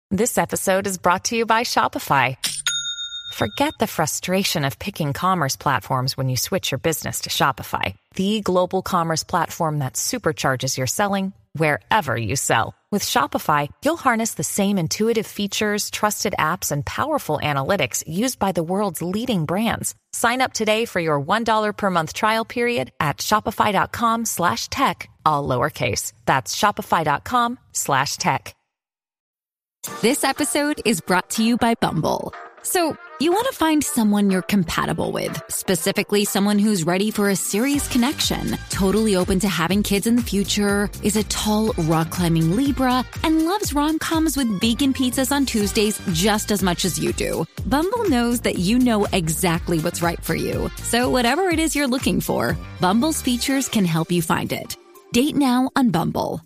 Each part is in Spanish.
This episode is brought to you by Shopify. Forget the frustration of picking commerce platforms when you switch your business to Shopify, the global commerce platform that supercharges your selling wherever you sell. With Shopify, you'll harness the same intuitive features, trusted apps, and powerful analytics used by the world's leading brands. Sign up today for your $1 per month trial period at shopify.com/tech, all lowercase. That's shopify.com/tech. This episode is brought to you by Bumble. So, you want to find someone you're compatible with, specifically someone who's ready for a serious connection, totally open to having kids in the future, is a tall, rock-climbing Libra, and loves rom-coms with vegan pizzas on Tuesdays just as much as you do. Bumble knows that you know exactly what's right for you. So whatever it is you're looking for, Bumble's features can help you find it. Date now on Bumble.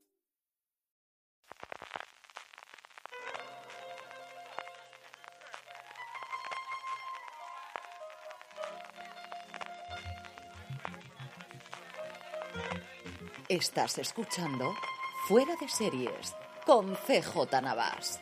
Estás escuchando Fuera de Series con CJ Navas.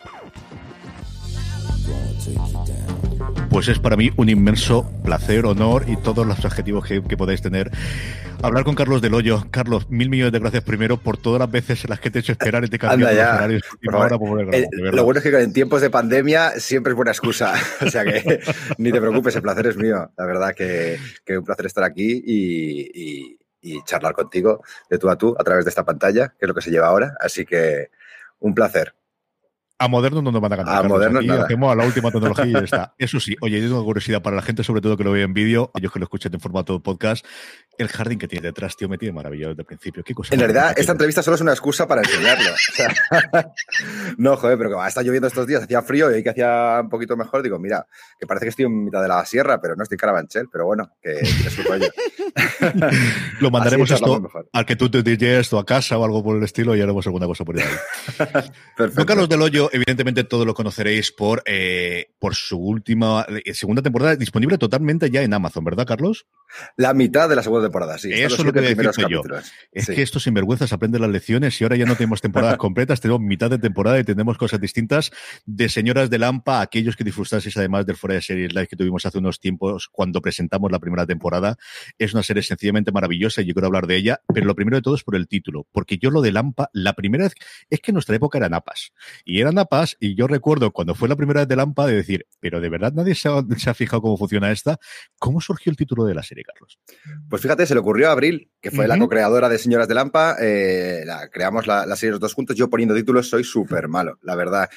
Pues es para mí un inmenso placer, honor y todos los adjetivos que podáis tener. Hablar con Carlos del Hoyo. Carlos, 1.000 millones de gracias primero por todas las veces en las que te he hecho esperar y te he cambiado los horarios. Lo bueno es que en tiempos de pandemia siempre es buena excusa. O sea que ni te preocupes, el placer es mío. La verdad que un placer estar aquí y charlar contigo de tú a tú a través de esta pantalla, que es lo que se lleva ahora. Así que un placer. A Moderno no nos van a ganar. A Moderno nada. Hacemos a la última tecnología y ya está. Eso sí, oye, yo tengo curiosidad para la gente, sobre todo que lo vea en vídeo, ellos que lo escuchen en formato podcast, el jardín que tiene detrás, tío, me tiene maravillado desde el principio. ¿Qué cosa? En realidad, esta entrevista solo es una excusa para enseñarlo. O sea, no, joder, pero que está lloviendo estos días, hacía frío y hoy que hacía un poquito mejor, digo, mira, que parece que estoy en mitad de la sierra, pero no estoy en Carabanchel, pero bueno, que tiene su rollo. Lo mandaremos esto al que tú te lleves esto a casa o algo por el estilo y haremos alguna cosa por ahí. Perfecto. Don Carlos del Hoyo, evidentemente todos lo conoceréis por su última segunda temporada, disponible totalmente ya en Amazon, ¿verdad, Carlos? La mitad de la segunda temporada, sí. Eso es lo que voy a decir yo. Es que estos sinvergüenzas aprenden las lecciones y ahora ya no tenemos temporadas completas, tenemos mitad de temporada y tenemos cosas distintas de Señoras de Lampa, aquellos que disfrutaseis además del Fuera de Series Live que tuvimos hace unos tiempos cuando presentamos la primera temporada. Es una serie sencillamente maravillosa y yo quiero hablar de ella, pero lo primero de todo es por el título, porque yo lo de Lampa, la primera vez, es que en nuestra época eran APAs, y yo recuerdo cuando fue la primera vez de Lampa de decir, pero de verdad nadie se ha fijado cómo funciona esta. ¿Cómo surgió el título de la serie, Carlos? Pues fíjate, se le ocurrió a Abril, que fue la co-creadora de Señoras de Lampa, creamos la serie los dos juntos, yo poniendo títulos soy súper malo, la verdad,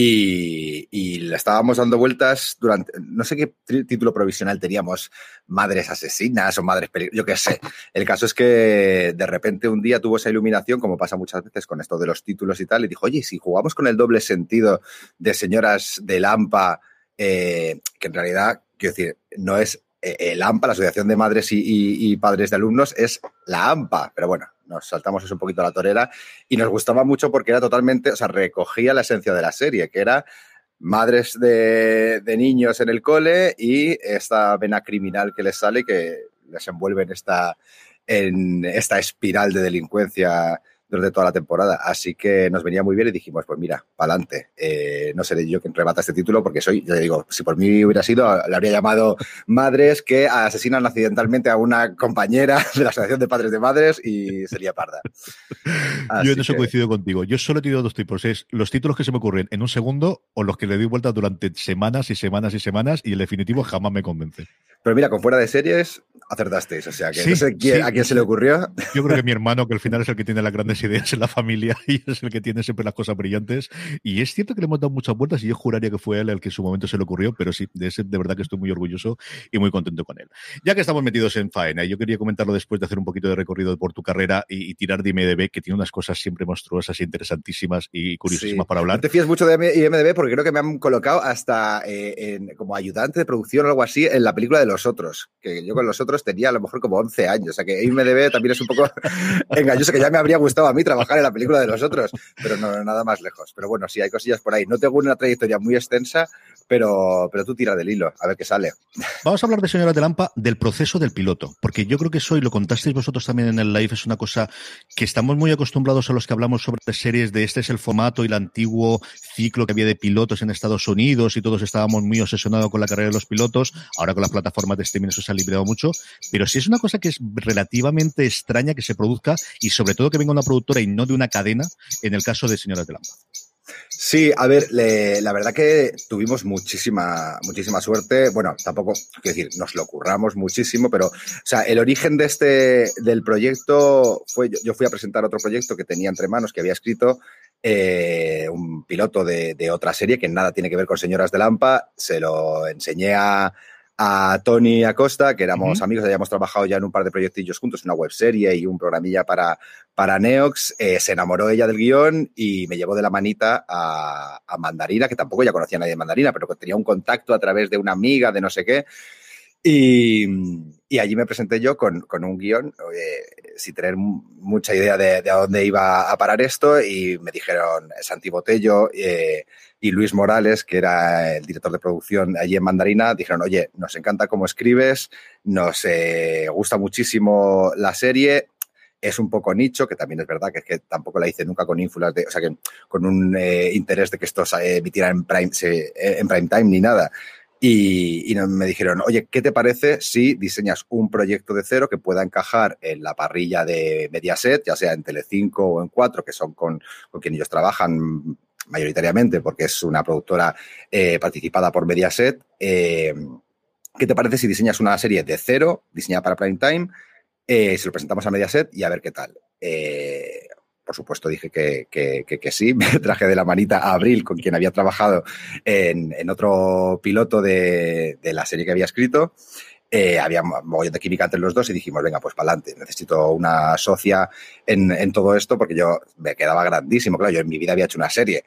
y le estábamos dando vueltas durante, no sé qué título provisional teníamos, Madres Asesinas o Madres yo qué sé. El caso es que de repente un día tuvo esa iluminación, como pasa muchas veces con esto de los títulos y tal, y dijo, oye, si jugamos con el doble sentido de Señoras de Lampa, que en realidad, quiero decir, no es el AMPA, la Asociación de Madres y Padres de Alumnos, es la AMPA, pero bueno, nos saltamos eso un poquito a la torera y nos gustaba mucho porque era totalmente, o sea, recogía la esencia de la serie, que era madres de niños en el cole y esta vena criminal que les sale, que les envuelve en esta espiral de delincuencia durante toda la temporada. Así que nos venía muy bien y dijimos, pues mira, pa'lante. No seré yo quien rebata este título porque soy, yo le digo, si por mí hubiera sido, le habría llamado Madres que asesinan accidentalmente a una compañera de la Asociación de Padres de Madres y sería parda. Yo en eso coincido contigo. Yo solo he tenido dos tipos. Es los títulos que se me ocurren en un segundo o los que le doy vuelta durante semanas y semanas y semanas y el definitivo jamás me convence. Pero mira, con Fuera de Series acertasteis, o sea que sí, no sé a quién se le ocurrió. Yo creo que mi hermano, que al final es el que tiene las grandes ideas en la familia y es el que tiene siempre las cosas brillantes. Y es cierto que le hemos dado muchas vueltas y yo juraría que fue él el que en su momento se le ocurrió, pero sí, de verdad que estoy muy orgulloso y muy contento con él. Ya que estamos metidos en faena, yo quería comentarlo después de hacer un poquito de recorrido por tu carrera y tirar de IMDb, que tiene unas cosas siempre monstruosas e interesantísimas y curiosísimas para hablar. No te fíes mucho de IMDb porque creo que me han colocado hasta como ayudante de producción o algo así en la película de Los Otros, que yo con Los Otros tenía a lo mejor como 11 años, o sea que IMDb también es un poco engañoso, que ya me habría gustado a mí trabajar en la película de Los Otros, pero no nada más lejos. Pero bueno, sí, hay cosillas por ahí. No tengo una trayectoria muy extensa, pero tú tira del hilo, a ver qué sale. Vamos a hablar de Señoras de Lampa, del proceso del piloto, porque yo creo que eso, y lo contasteis vosotros también en el live, es una cosa que estamos muy acostumbrados a los que hablamos sobre series de este es el formato y el antiguo ciclo que había de pilotos en Estados Unidos y todos estábamos muy obsesionados con la carrera de los pilotos. Ahora con las plataformas de streaming eso se ha liberado mucho, pero sí es una cosa que es relativamente extraña que se produzca y sobre todo que venga una productora y no de una cadena, en el caso de Señoras de Lampa. Sí, a ver, la verdad que tuvimos muchísima suerte. Bueno, tampoco, quiero decir, nos lo curramos muchísimo, pero, o sea, el origen del proyecto fue, yo fui a presentar otro proyecto que tenía entre manos, que había escrito un piloto de otra serie que nada tiene que ver con Señoras de Lampa. Se lo enseñé a Tony Acosta, que éramos amigos, habíamos trabajado ya en un par de proyectillos juntos, una webserie y un programilla para Neox. Se enamoró ella del guión y me llevó de la manita a Mandarina, que tampoco ya conocía a nadie de Mandarina, pero que tenía un contacto a través de una amiga de no sé qué. Y allí me presenté yo con un guión, sin tener mucha idea de a dónde iba a parar esto, y me dijeron Santi Botello y Luis Morales, que era el director de producción allí en Mandarina, dijeron, oye, nos encanta cómo escribes, nos gusta muchísimo la serie, es un poco nicho, que también es verdad que tampoco la hice nunca con ínfulas o sea, que con un interés de que esto se emitiera en prime time ni nada. Y me dijeron, oye, ¿qué te parece si diseñas un proyecto de cero que pueda encajar en la parrilla de Mediaset, ya sea en Telecinco o en 4, que son con quien ellos trabajan mayoritariamente, porque es una productora participada por Mediaset? ¿Qué te parece si diseñas una serie de cero, diseñada para prime time, se lo presentamos a Mediaset y a ver qué tal? Por supuesto dije que sí, me traje de la manita a Abril, con quien había trabajado en otro piloto de la serie que había escrito. Había un mogollón de química entre los dos y dijimos, venga, pues para adelante, necesito una socia en todo esto porque yo me quedaba grandísimo. Claro, yo en mi vida había hecho una serie.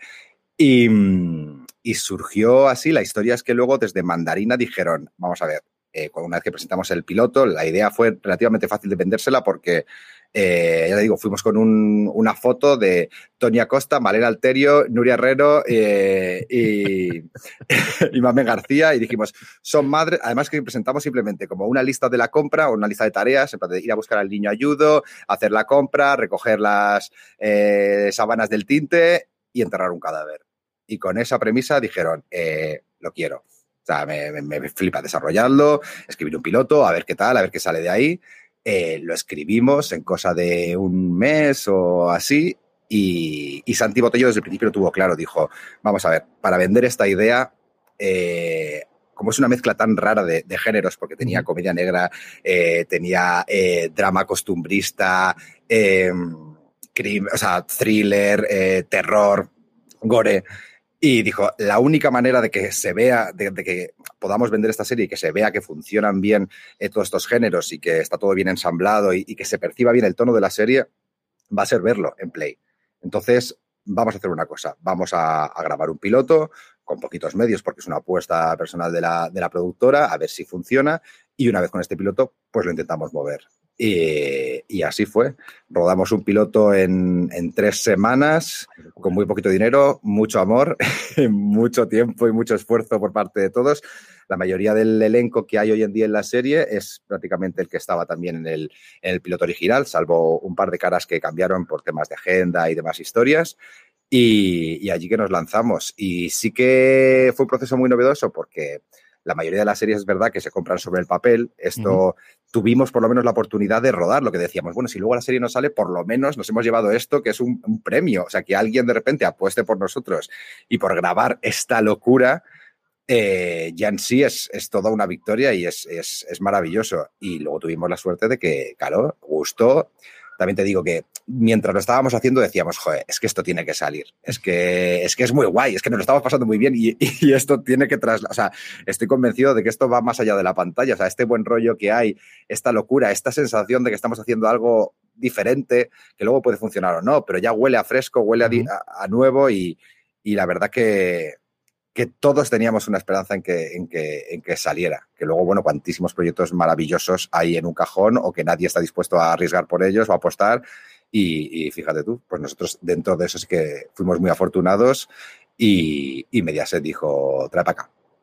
Y surgió así. La historia es que luego desde Mandarina dijeron, vamos a ver, una vez que presentamos el piloto, la idea fue relativamente fácil de vendérsela porque, ya te digo, fuimos con una foto de Tony Acosta, Malena Alterio, Nuria Herrero y Mamen García, y dijimos, son madres. Además que presentamos simplemente como una lista de la compra o una lista de tareas, en plan de ir a buscar al niño ayudo, hacer la compra, recoger las sábanas del tinte y enterrar un cadáver. Y con esa premisa dijeron, lo quiero. O sea, me flipa desarrollarlo, escribir un piloto, a ver qué tal, a ver qué sale de ahí. Lo escribimos en cosa de un mes o así, y Santi Botello desde el principio lo tuvo claro. Dijo, vamos a ver, para vender esta idea, como es una mezcla tan rara de géneros, porque tenía comedia negra, tenía drama costumbrista, o sea, thriller, terror, gore. Y dijo, la única manera de que se vea, de que podamos vender esta serie y que se vea que funcionan bien todos estos géneros y que está todo bien ensamblado y que se perciba bien el tono de la serie, va a ser verlo en Play. Entonces, vamos a hacer una cosa. Vamos a grabar un piloto con poquitos medios, porque es una apuesta personal de la productora, a ver si funciona. Y una vez con este piloto, pues lo intentamos mover. Y así fue. Rodamos un piloto en 3 semanas, con muy poquito dinero, mucho amor, mucho tiempo y mucho esfuerzo por parte de todos. La mayoría del elenco que hay hoy en día en la serie es prácticamente el que estaba también en el piloto original, salvo un par de caras que cambiaron por temas de agenda y demás historias. Y allí que nos lanzamos. Y sí que fue un proceso muy novedoso porque la mayoría de las series es verdad que se compran sobre el papel. Esto tuvimos por lo menos la oportunidad de rodar, lo que decíamos, bueno, si luego la serie no sale, por lo menos nos hemos llevado esto, que es un premio. O sea, que alguien de repente apueste por nosotros y por grabar esta locura, ya en sí es toda una victoria y es maravilloso. Y luego tuvimos la suerte de que, claro, gustó. También te digo que mientras lo estábamos haciendo decíamos, joder, es que esto tiene que salir, es que es muy guay, es que nos lo estamos pasando muy bien y esto tiene que o sea, estoy convencido de que esto va más allá de la pantalla. O sea, este buen rollo que hay, esta locura, esta sensación de que estamos haciendo algo diferente, que luego puede funcionar o no, pero ya huele a fresco, huele a nuevo y la verdad que todos teníamos una esperanza en que saliera. Que luego, bueno, cuantísimos proyectos maravillosos hay en un cajón o que nadie está dispuesto a arriesgar por ellos o a apostar. Y fíjate tú, pues nosotros dentro de eso sí que fuimos muy afortunados y Mediaset dijo, trae para acá.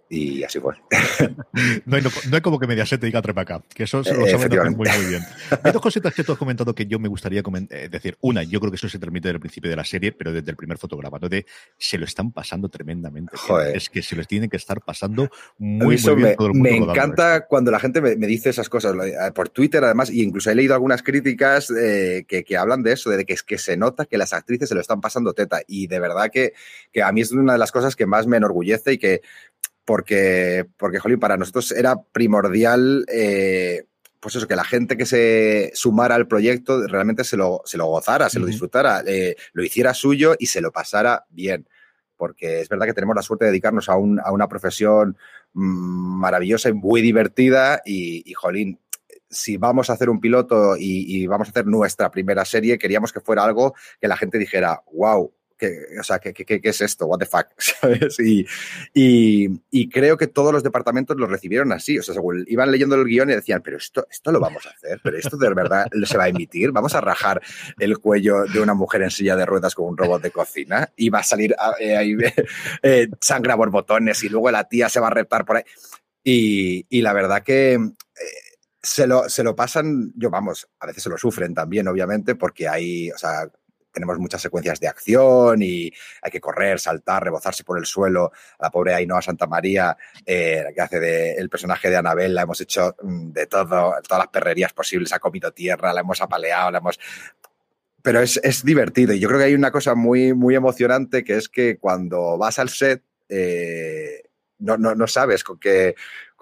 Y así fue. No hay como que Mediaset te diga trepa acá, que eso se lo saben hacer muy bien. Hay dos cositas que tú has comentado que yo me gustaría decir. Una, yo creo que eso se transmite desde el principio de la serie, pero desde el primer fotograma, ¿no? Se lo están pasando tremendamente bien. Es que se los tienen que estar pasando muy bien todo el mundo. Me encanta cuando la gente me dice esas cosas, por Twitter además, y incluso he leído algunas críticas que hablan de eso, de que es que se nota que las actrices se lo están pasando teta, y de verdad que a mí es una de las cosas que más me enorgullece y que porque, jolín, para nosotros era primordial, pues eso, que la gente que se sumara al proyecto realmente se lo gozara, se lo disfrutara, lo hiciera suyo y se lo pasara bien. Porque es verdad que tenemos la suerte de dedicarnos a una profesión maravillosa y muy divertida y, jolín, si vamos a hacer un piloto y vamos a hacer nuestra primera serie, queríamos que fuera algo que la gente dijera, wow, ¿qué es esto? What the fuck, ¿sabes? Y creo que todos los departamentos lo recibieron así. O sea, según iban leyendo el guión y decían, pero esto lo vamos a hacer, pero esto de verdad se va a emitir. Vamos a rajar el cuello de una mujer en silla de ruedas con un robot de cocina y va a salir sangre a borbotones y luego la tía se va a reptar por ahí. Y la verdad que se lo pasan, a veces se lo sufren también, obviamente, porque hay, o sea, tenemos muchas secuencias de acción y hay que correr, saltar, rebozarse por el suelo. A la pobre Ainhoa Santamaría, que hace el personaje de Annabelle, la hemos hecho de todo, todas las perrerías posibles, ha comido tierra, la hemos apaleado, Pero es divertido y yo creo que hay una cosa muy, muy emocionante, que es que cuando vas al set no sabes con qué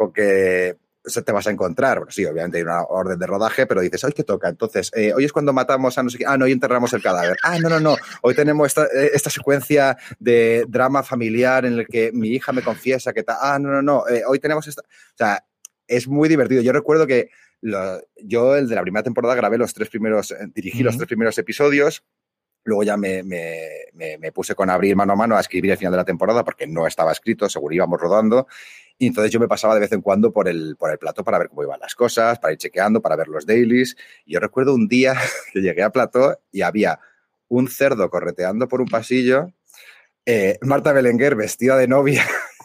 te vas a encontrar. Bueno, sí, obviamente hay una orden de rodaje, pero dices, ¿hoy qué toca? Entonces, hoy es cuando matamos a no sé qué. No, hoy enterramos el cadáver. No. Hoy tenemos esta secuencia de drama familiar en el que mi hija me confiesa que tal. No. Hoy tenemos esta. O sea, es muy divertido. Yo recuerdo que yo, el de la primera temporada, dirigí los 3 primeros episodios. Luego ya me puse con Abril mano a mano a escribir el final de la temporada porque no estaba escrito, según íbamos rodando. Y entonces yo me pasaba de vez en cuando por el plató para ver cómo iban las cosas, para ir chequeando, para ver los dailies. Y yo recuerdo un día que llegué a plató y había un cerdo correteando por un pasillo, Marta Belenguer vestida de novia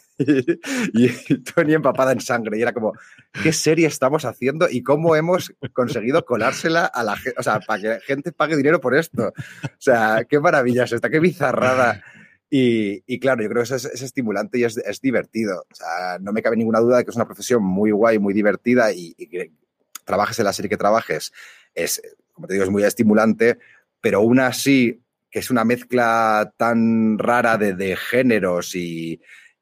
y Tony empapada en sangre. Y era como, ¿qué serie estamos haciendo y cómo hemos conseguido colársela a la gente? O sea, para que la gente pague dinero por esto. O sea, qué maravilla es esta, qué bizarrada. Y claro, yo creo que es estimulante y es divertido. O sea, no me cabe ninguna duda de que es una profesión muy guay, muy divertida y que trabajes en la serie que trabajes. Como te digo, es muy estimulante, pero aún así, que es una mezcla tan rara de géneros y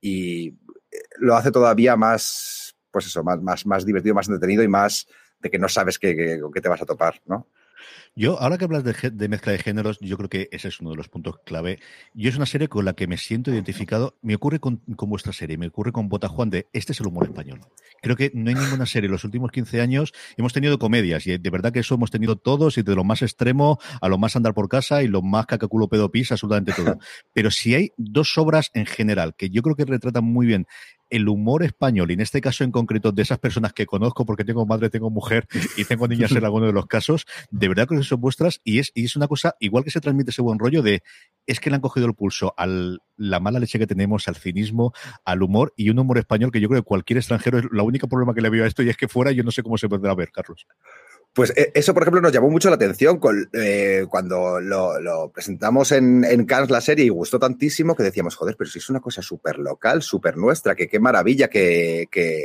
lo hace todavía más, pues eso, más divertido, más entretenido y más de que no sabes con qué te vas a topar, ¿no? Yo, ahora que hablas de mezcla de géneros, yo creo que ese es uno de los puntos clave. Yo es una serie con la que me siento identificado. Me ocurre con vuestra serie, me ocurre con Botajuan este es el humor español. Creo que no hay ninguna serie en los últimos 15 años. Hemos tenido comedias y de verdad que eso hemos tenido todos, y de lo más extremo a lo más andar por casa y lo más cacaculo pedo pis, absolutamente todo. Pero si hay 2 obras en general que yo creo que retratan muy bien el humor español, y en este caso en concreto de esas personas que conozco porque tengo madre, tengo mujer y tengo niñas en alguno de los casos, de verdad que son vuestras, y es una cosa, igual que se transmite ese buen rollo es que le han cogido el pulso a la mala leche que tenemos, al cinismo, al humor, y un humor español que yo creo que cualquier extranjero es la única problema que le veo a esto, y es que fuera yo no sé cómo se podrá ver, Carlos. Pues eso, por ejemplo, nos llamó mucho la atención cuando lo presentamos en Cannes la serie, y gustó tantísimo que decíamos, joder, pero si es una cosa súper local, súper nuestra, que qué maravilla que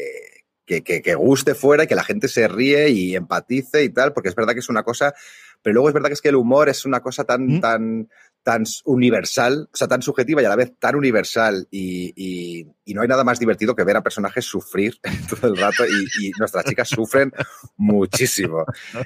guste fuera y que la gente se ríe y empatice y tal, porque es verdad que es una cosa, pero luego es verdad que es que el humor es una cosa tan universal, o sea, tan subjetiva y a la vez tan universal, y no hay nada más divertido que ver a personajes sufrir todo el rato, y nuestras chicas sufren muchísimo.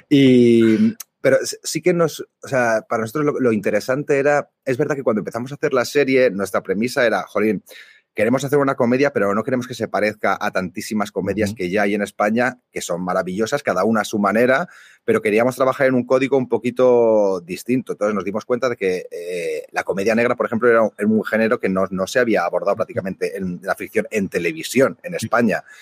Pero sí que o sea, para nosotros lo interesante es verdad que cuando empezamos a hacer la serie, nuestra premisa era, jolín, queremos hacer una comedia, pero no queremos que se parezca a tantísimas comedias que ya hay en España, que son maravillosas, cada una a su manera, pero queríamos trabajar en un código un poquito distinto. Entonces nos dimos cuenta de que la comedia negra, por ejemplo, era un género que no se había abordado prácticamente en la ficción en televisión en España.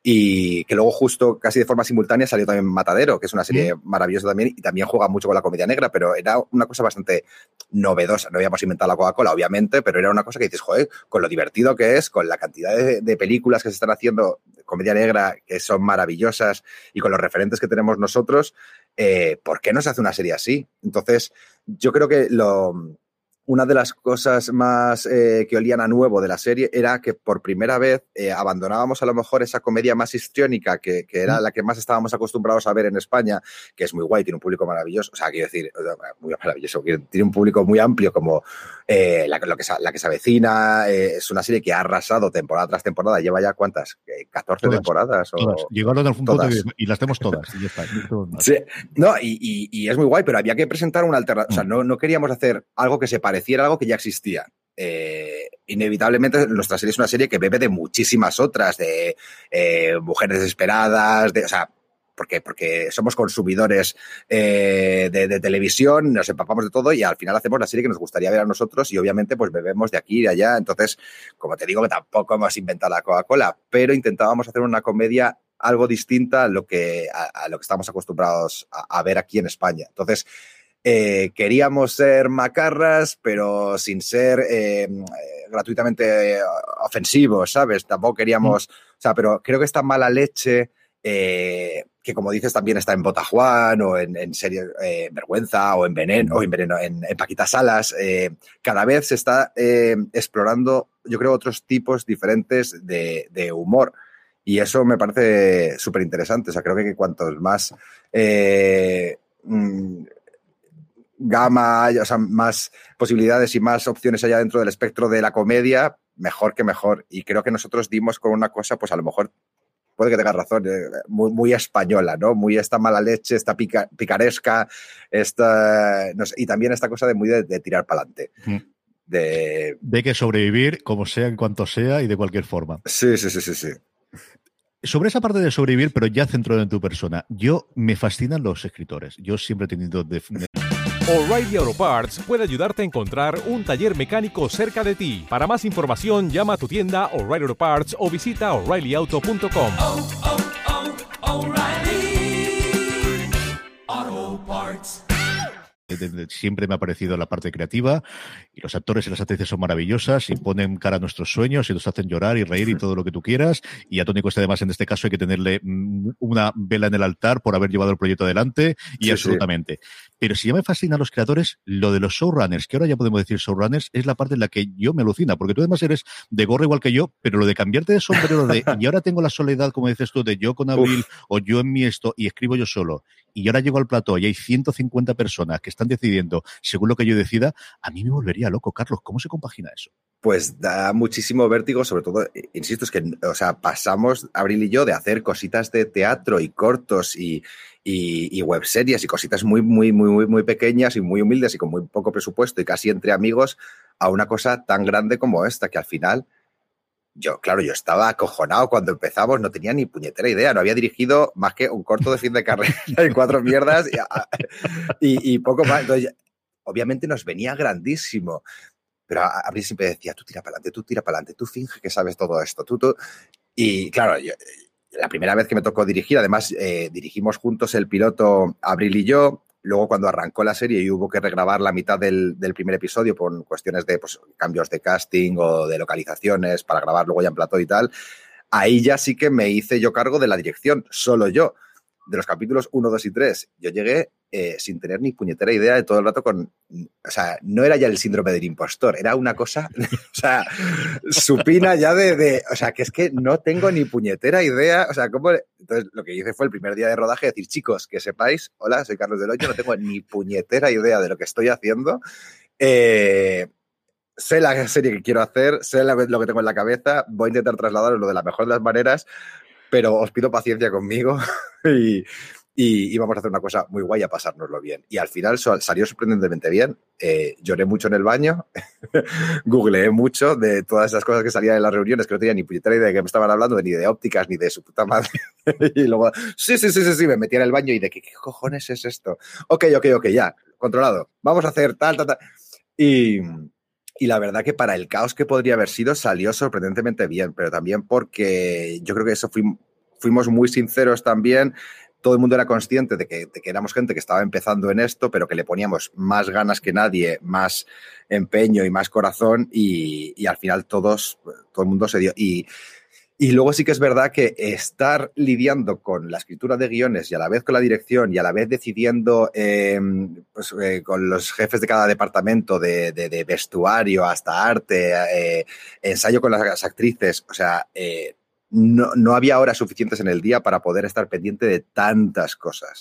y que luego justo casi de forma simultánea salió también Matadero, que es una serie maravillosa también y también juega mucho con la comedia negra, pero era una cosa bastante novedosa. No habíamos inventado la Coca-Cola, obviamente, pero era una cosa que dices, joder, con lo divertido que es, con la cantidad de películas que se están haciendo de comedia negra que son maravillosas y con los referentes que tenemos nosotros, ¿por qué no se hace una serie así? Entonces, yo creo que una de las cosas más que olían a nuevo de la serie era que por primera vez abandonábamos a lo mejor esa comedia más histriónica que era la que más estábamos acostumbrados a ver en España, que es muy guay, tiene un público maravilloso, o sea, quiero decir, muy maravilloso, tiene un público muy amplio como la que se avecina, es una serie que ha arrasado temporada tras temporada, lleva ya ¿cuántas? 14 todas, temporadas. Todas. Llegaron al punto y las tenemos todas. Y ya está, sí, no, y es muy guay, pero había que presentar una alternativa, o sea, no queríamos hacer algo que se pareciera a algo que ya existía. Inevitablemente nuestra serie es una serie que bebe de muchísimas otras, de mujeres desesperadas, o sea, porque somos consumidores de televisión, nos empapamos de todo y al final hacemos la serie que nos gustaría ver a nosotros y obviamente pues bebemos de aquí y de allá. Entonces, como te digo, que tampoco hemos inventado la Coca-Cola, pero intentábamos hacer una comedia algo distinta a lo que estamos acostumbrados a ver aquí en España. Entonces, queríamos ser macarras, pero sin ser gratuitamente ofensivos, ¿sabes? Tampoco queríamos, o sea, pero creo que esta mala leche, que como dices también está en Botajuan o en serie Vergüenza o en Veneno, en Paquita Salas, cada vez se está explorando, yo creo, otros tipos diferentes de humor. Y eso me parece súper interesante. O sea, creo que cuantos más gama, o sea, más posibilidades y más opciones allá dentro del espectro de la comedia, mejor que mejor. Y creo que nosotros dimos con una cosa, pues a lo mejor puede que tengas razón, muy, muy española, ¿no? Muy esta mala leche, esta picaresca, no sé, y también esta cosa de tirar para adelante. De que sobrevivir, como sea, en cuanto sea y de cualquier forma. Sí. Sobre esa parte de sobrevivir, pero ya centrado en tu persona, me fascinan los escritores. Yo siempre he tenido... O'Reilly Auto Parts puede ayudarte a encontrar un taller mecánico cerca de ti. Para más información, llama a tu tienda O'Reilly Auto Parts o visita O'ReillyAuto.com. O'Reilly Auto Parts. Siempre me ha parecido la parte creativa y los actores y las actrices son maravillosas y ponen cara a nuestros sueños y nos hacen llorar y reír y todo lo que tú quieras. Y a Toni Cuesta, además, en este caso hay que tenerle una vela en el altar por haber llevado el proyecto adelante y sí, absolutamente. Sí. Pero si ya me fascinan los creadores, lo de los showrunners, que ahora ya podemos decir showrunners, es la parte en la que yo me alucina, porque tú además eres de gorro igual que yo, pero lo de cambiarte de sombrero y ahora tengo la soledad, como dices tú, de yo con Abril o yo en mi esto y escribo yo solo, y ahora llego al plató y hay 150 personas que están decidiendo según lo que yo decida, a mí me volvería loco. Carlos, ¿cómo se compagina eso? Pues da muchísimo vértigo, sobre todo, insisto, es que, o sea, pasamos, Abril y yo, de hacer cositas de teatro y cortos y webseries y cositas muy, muy, muy, muy pequeñas y muy humildes y con muy poco presupuesto y casi entre amigos a una cosa tan grande como esta, que al final yo estaba acojonado cuando empezamos, no tenía ni puñetera idea, no había dirigido más que un corto de fin de carrera y 4 mierdas y poco más. Entonces, obviamente nos venía grandísimo, pero Abril siempre decía, tú tira para adelante, tú finge que sabes todo esto, tú. Y claro, la primera vez que me tocó dirigir, además dirigimos juntos el piloto Abril y yo. Luego, cuando arrancó la serie y hubo que regrabar la mitad del primer episodio por cuestiones de cambios de casting o de localizaciones para grabar luego ya en plató y tal, ahí ya sí que me hice yo cargo de la dirección, solo yo. De los capítulos 1, 2 y 3, yo llegué sin tener ni puñetera idea de todo el rato o sea, no era ya el síndrome del impostor, era una cosa, o sea, supina ya o sea, que es que no tengo ni puñetera idea, o sea, ¿cómo? Entonces, lo que hice fue el primer día de rodaje decir, chicos, que sepáis, hola, soy Carlos Del Hoyo, no tengo ni puñetera idea de lo que estoy haciendo, sé la serie que quiero hacer, sé lo que tengo en la cabeza, voy a intentar trasladarlo de la mejor de las maneras, pero os pido paciencia conmigo y vamos a hacer una cosa muy guay, a pasárnoslo bien. Y al final salió sorprendentemente bien. Lloré mucho en el baño, googleé mucho de todas esas cosas que salían en las reuniones, que no tenía ni puñetera idea de qué me estaban hablando, ni de ópticas, ni de su puta madre. Y luego, sí, me metí en el baño y de ¿qué cojones es esto? Ok, ya, controlado. Vamos a hacer tal. Y la verdad que para el caos que podría haber sido, salió sorprendentemente bien, pero también porque yo creo que eso fuimos muy sinceros también. Todo el mundo era consciente de que éramos gente que estaba empezando en esto, pero que le poníamos más ganas que nadie, más empeño y más corazón, y al final todo el mundo se dio. Y luego sí que es verdad que estar lidiando con la escritura de guiones y a la vez con la dirección y a la vez decidiendo con los jefes de cada departamento, de vestuario hasta arte, ensayo con las actrices, o sea, no había horas suficientes en el día para poder estar pendiente de tantas cosas.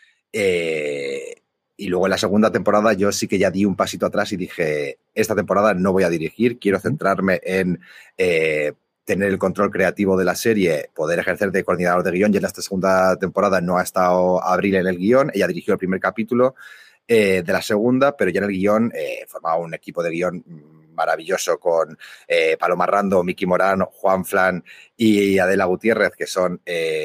Y luego en la segunda temporada yo sí que ya di un pasito atrás y dije, esta temporada no voy a dirigir, quiero centrarme en tener el control creativo de la serie, poder ejercer de coordinador de guión. Y en esta segunda temporada no ha estado Abril en el guión, ella dirigió el primer capítulo de la segunda, pero ya en el guión formaba un equipo de guión maravilloso con Paloma Rando, Miki Morán, Juan Flan y Adela Gutiérrez, que son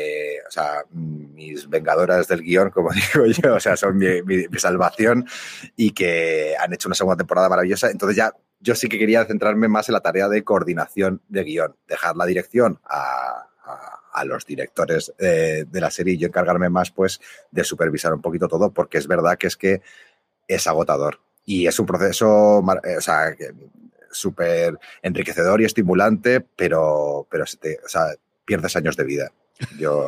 mis vengadoras del guión, como digo yo, o sea, son mi salvación, y que han hecho una segunda temporada maravillosa. Entonces ya yo sí que quería centrarme más en la tarea de coordinación de guión, dejar la dirección a los directores de la serie y yo encargarme más pues de supervisar un poquito todo, porque es verdad que es agotador y es un proceso súper enriquecedor y estimulante, pero pierdes años de vida. Yo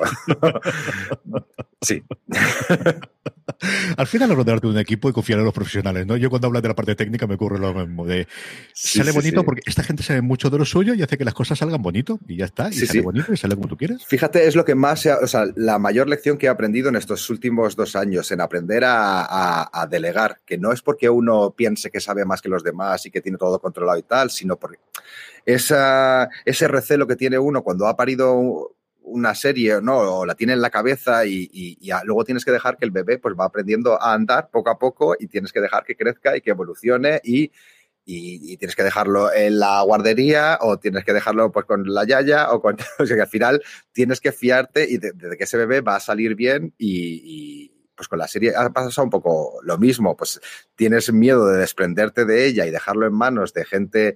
sí. Al final, rodearte de un equipo y confiar en los profesionales, ¿no? Yo cuando hablas de la parte técnica me ocurre lo mismo. Sale bonito porque esta gente sabe mucho de lo suyo y hace que las cosas salgan bonito y ya está. Y sale bonito y sale como tú quieres. Fíjate, es lo que más, la mayor lección que he aprendido en estos últimos 2 años, en aprender a delegar, que no es porque uno piense que sabe más que los demás y que tiene todo controlado y tal, sino porque ese recelo que tiene uno cuando ha parido una serie, ¿no? O la tiene en la cabeza y luego tienes que dejar que el bebé pues va aprendiendo a andar poco a poco y tienes que dejar que crezca y que evolucione y tienes que dejarlo en la guardería o tienes que dejarlo pues con la yaya o sea que al final tienes que fiarte y de que ese bebé va a salir bien y pues con la serie ha pasado un poco lo mismo, pues tienes miedo de desprenderte de ella y dejarlo en manos de gente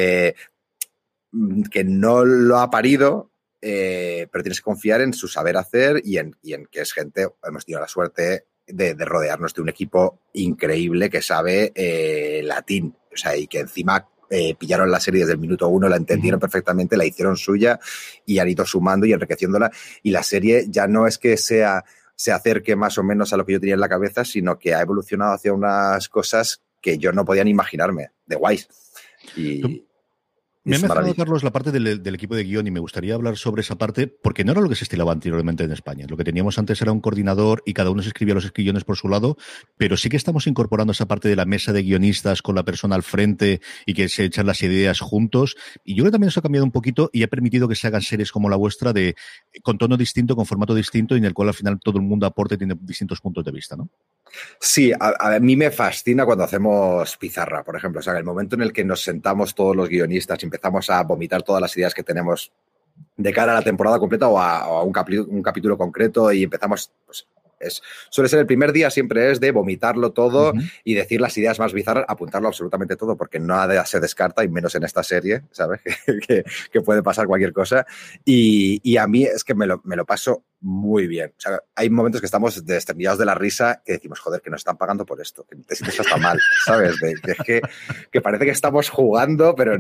que no lo ha parido. Pero tienes que confiar en su saber hacer y en que es gente, hemos tenido la suerte de rodearnos de un equipo increíble que sabe latín, o sea, y que encima pillaron la serie desde el minuto 1, la entendieron perfectamente, la hicieron suya y han ido sumando y enriqueciéndola, y la serie ya no es que se acerque más o menos a lo que yo tenía en la cabeza, sino que ha evolucionado hacia unas cosas que yo no podía ni imaginarme, de guays. Me ha mencionado, Carlos, la parte del equipo de guión y me gustaría hablar sobre esa parte porque no era lo que se estilaba anteriormente en España. Lo que teníamos antes era un coordinador y cada uno se escribía los guiones por su lado, pero sí que estamos incorporando esa parte de la mesa de guionistas con la persona al frente y que se echan las ideas juntos. Y yo creo que también eso ha cambiado un poquito y ha permitido que se hagan series como la vuestra con tono distinto, con formato distinto y en el cual al final todo el mundo aporta y tiene distintos puntos de vista, ¿no? Sí, a mí me fascina cuando hacemos pizarra, por ejemplo. O sea, el momento en el que nos sentamos todos los guionistas y empezamos a vomitar todas las ideas que tenemos de cara a la temporada completa o a un capítulo concreto y empezamos, pues, suele ser el primer día, siempre es de vomitarlo todo y decir las ideas más bizarras, apuntarlo absolutamente todo, porque nada se descarta, y menos en esta serie, ¿sabes? que puede pasar cualquier cosa. Y a mí es que me lo paso muy bien. O sea, hay momentos que estamos desterminados de la risa que decimos, joder, que nos están pagando por esto, que te sientes hasta mal, ¿sabes? Que parece que estamos jugando, pero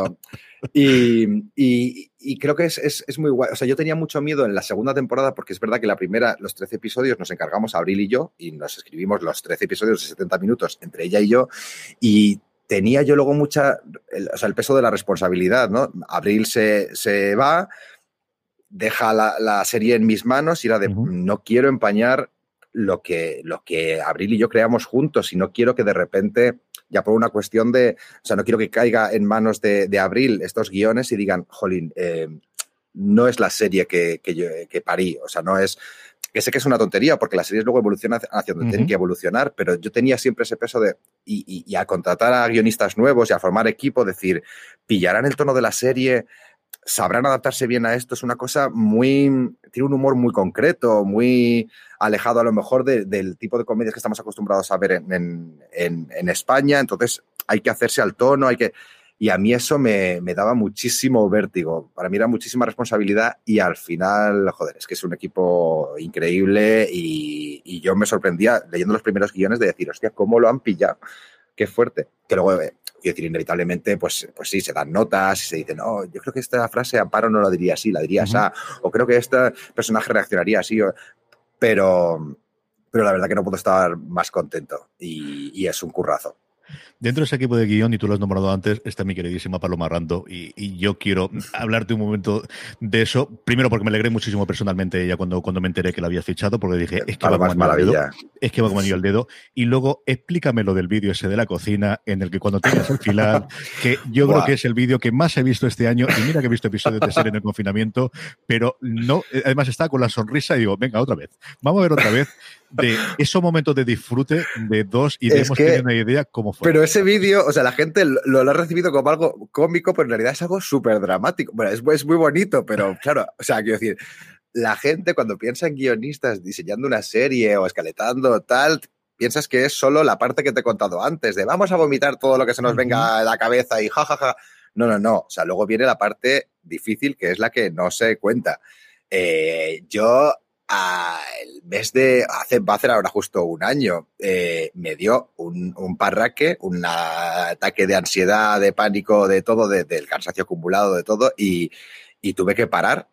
y creo que es muy guay. O sea, yo tenía mucho miedo en la segunda temporada porque es verdad que la primera, los 13 episodios, nos encargamos Abril y yo y nos escribimos los 13 episodios de 70 minutos entre ella y yo, y tenía yo luego el peso de la responsabilidad, ¿no? Abril se va, deja la serie en mis manos y era de no quiero empañar lo que Abril y yo creamos juntos y no quiero que de repente, ya por una cuestión no quiero que caiga en manos de Abril estos guiones y digan, jolín, no es la serie que parí, o sea, no es, que sé que es una tontería porque las series luego evolucionan hacia donde tienen que evolucionar, pero yo tenía siempre ese peso y a contratar a guionistas nuevos y a formar equipo, decir, pillarán el tono de la serie, sabrán adaptarse bien a esto, es una cosa tiene un humor muy concreto, muy alejado a lo mejor del tipo de comedias que estamos acostumbrados a ver en España, entonces hay que hacerse al tono, Y a mí eso me daba muchísimo vértigo. Para mí era muchísima responsabilidad y al final, joder, es que es un equipo increíble y yo me sorprendía leyendo los primeros guiones de decir, hostia, ¿cómo lo han pillado? Qué fuerte. Que luego, quiero decir, inevitablemente, pues sí, se dan notas y se dicen, no, yo creo que esta frase Amparo no la diría así, la diría así, o creo que este personaje reaccionaría así, pero la verdad que no puedo estar más contento y es un currazo. Dentro de ese equipo de guión, y tú lo has nombrado antes, está mi queridísima Paloma Rando, y yo quiero hablarte un momento de eso. Primero, porque me alegré muchísimo personalmente ella cuando me enteré que la había fichado, porque dije, es que Paloma va como anillo al dedo. Es que va como anillo al dedo. Y luego, explícame lo del vídeo ese de la cocina, en el que cuando tengas el final, que yo creo que es el vídeo que más he visto este año, y mira que he visto episodios de serie en el confinamiento, pero no, además estaba con la sonrisa y digo, venga, otra vez. Vamos a ver otra vez de esos momentos de disfrute de dos y debemos tener una idea cómo fue. Pero ese vídeo, o sea, la gente lo ha recibido como algo cómico, pero en realidad es algo súper dramático. Bueno, es muy bonito, pero claro, o sea, quiero decir, la gente cuando piensa en guionistas diseñando una serie o escaletando tal, piensas que es solo la parte que te he contado antes, de vamos a vomitar todo lo que se nos venga a la cabeza y jajaja. No. O sea, luego viene la parte difícil, que es la que no se cuenta. Yo... el mes va a hacer ahora justo un año, me dio un parraque, un ataque de ansiedad, de pánico, de todo, del cansancio acumulado, de todo, y tuve que parar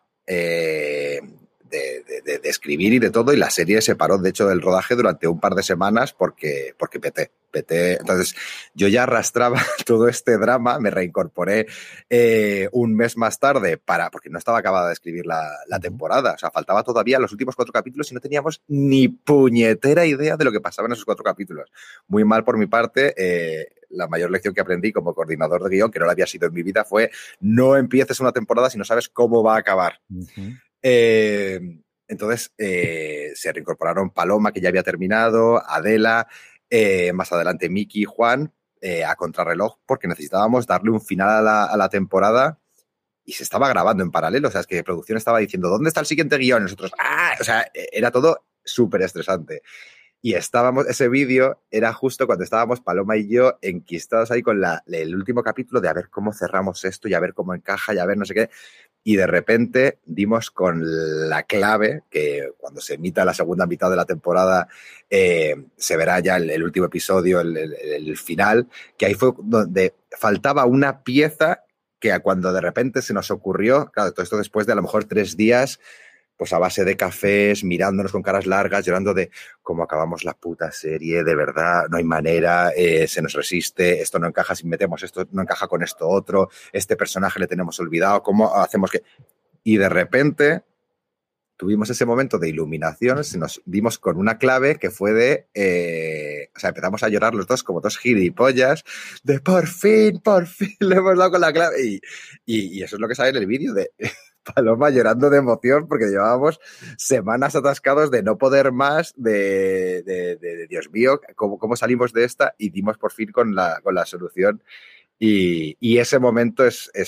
de escribir y de todo, y la serie se paró, de hecho, del rodaje durante un par de semanas porque peté. Entonces, yo ya arrastraba todo este drama, me reincorporé un mes más tarde porque no estaba acabada de escribir la temporada. O sea, faltaba todavía los últimos 4 capítulos y no teníamos ni puñetera idea de lo que pasaba en esos 4 capítulos. Muy mal por mi parte. La mayor lección que aprendí como coordinador de guión, que no lo había sido en mi vida, fue no empieces una temporada si no sabes cómo va a acabar. Entonces, se reincorporaron Paloma, que ya había terminado, Adela, más adelante Miki y Juan, a contrarreloj, porque necesitábamos darle un final a la temporada y se estaba grabando en paralelo. O sea, es que producción estaba diciendo, ¿dónde está el siguiente guión? Y nosotros, o sea, era todo súper estresante. Y ese vídeo era justo cuando estábamos Paloma y yo enquistados ahí con el último capítulo de a ver cómo cerramos esto y a ver cómo encaja y a ver no sé qué. Y de repente dimos con la clave, que cuando se emita la segunda mitad de la temporada se verá ya el último episodio, el final, que ahí fue donde faltaba una pieza que cuando de repente se nos ocurrió, claro, todo esto después de a lo mejor 3 días, pues a base de cafés, mirándonos con caras largas, llorando de cómo acabamos la puta serie, de verdad, no hay manera, se nos resiste, esto no encaja si metemos esto, no encaja con esto otro, este personaje le tenemos olvidado, ¿cómo hacemos que...? Y de repente tuvimos ese momento de iluminación, nos dimos con una clave que fue o sea, empezamos a llorar los dos como 2 gilipollas, de por fin le hemos dado con la clave, y eso es lo que sale en el vídeo de... Paloma llorando de emoción porque llevábamos semanas atascados de no poder más, de Dios mío, ¿cómo salimos de esta? Y dimos por fin con la solución. Y ese momento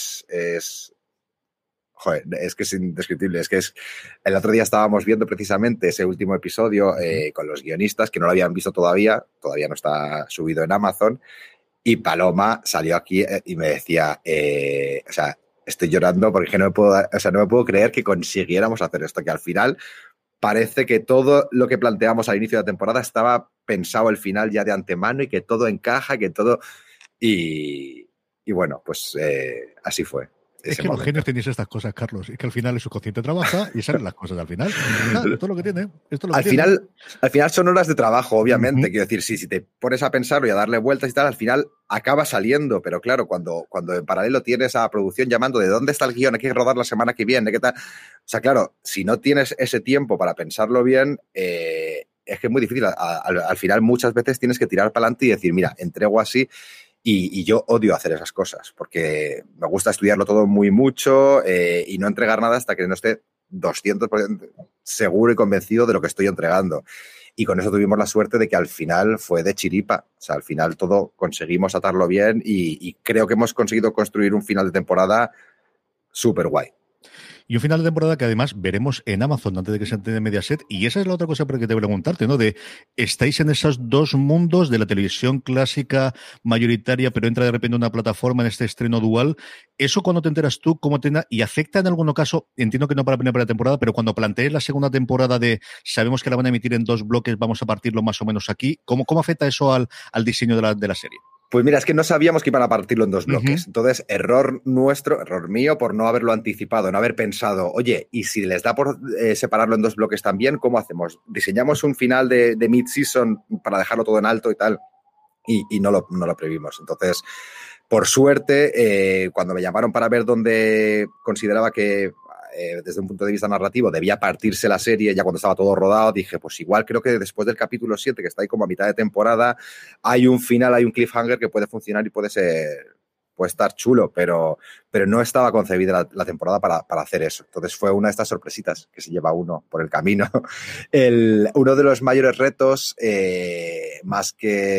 joder, es que es indescriptible. El otro día estábamos viendo precisamente ese último episodio con los guionistas, que no lo habían visto todavía no está subido en Amazon, y Paloma salió aquí y me decía, o sea, estoy llorando porque no me puedo creer que consiguiéramos hacer esto, que al final parece que todo lo que planteamos al inicio de la temporada estaba pensado el final ya de antemano y que todo encaja, que todo... Y bueno, pues así fue. Es que los genios tenéis estas cosas, Carlos. Es que al final el subconsciente trabaja y salen las cosas al final. Esto es lo que tiene. Al final son horas de trabajo, obviamente. Quiero decir, si te pones a pensarlo y a darle vueltas y tal, al final acaba saliendo. Pero claro, cuando en paralelo tienes a producción llamando de dónde está el guión, hay que rodar la semana que viene, ¿qué tal? O sea, claro, si no tienes ese tiempo para pensarlo bien, es que es muy difícil. Al final muchas veces tienes que tirar para adelante y decir, mira, entrego así. Y yo odio hacer esas cosas porque me gusta estudiarlo todo muy mucho y no entregar nada hasta que no esté 200% seguro y convencido de lo que estoy entregando. Y con eso tuvimos la suerte de que al final fue de chiripa. O sea, al final todo conseguimos atarlo bien y creo que hemos conseguido construir un final de temporada súper guay. Y un final de temporada que además veremos en Amazon antes de que se entienda Mediaset. Y esa es la otra cosa por la que te voy a preguntarte, ¿no? Estáis en esos dos mundos de la televisión clásica mayoritaria, pero entra de repente una plataforma en este estreno dual. ¿Eso cuando te enteras tú, cómo te... y afecta en algún caso, entiendo que no para la primera temporada, pero cuando plantees la segunda temporada sabemos que la van a emitir en 2 bloques, vamos a partirlo más o menos aquí, ¿cómo afecta eso al diseño de la serie? Pues mira, es que no sabíamos que iban a partirlo en 2 bloques. Entonces, error mío por no haberlo anticipado, no haber pensado, oye, y si les da por separarlo en 2 bloques también, ¿cómo hacemos? ¿Diseñamos un final de mid-season para dejarlo todo en alto y tal? Y no lo previmos. Entonces, por suerte, cuando me llamaron para ver dónde consideraba que desde un punto de vista narrativo debía partirse la serie, ya cuando estaba todo rodado, dije, pues igual creo que después del capítulo 7, que está ahí como a mitad de temporada, hay un final, hay un cliffhanger que puede funcionar y puede estar chulo, pero no estaba concebida la temporada para hacer eso. Entonces fue una de estas sorpresitas que se lleva uno por el camino. Uno de los mayores retos, más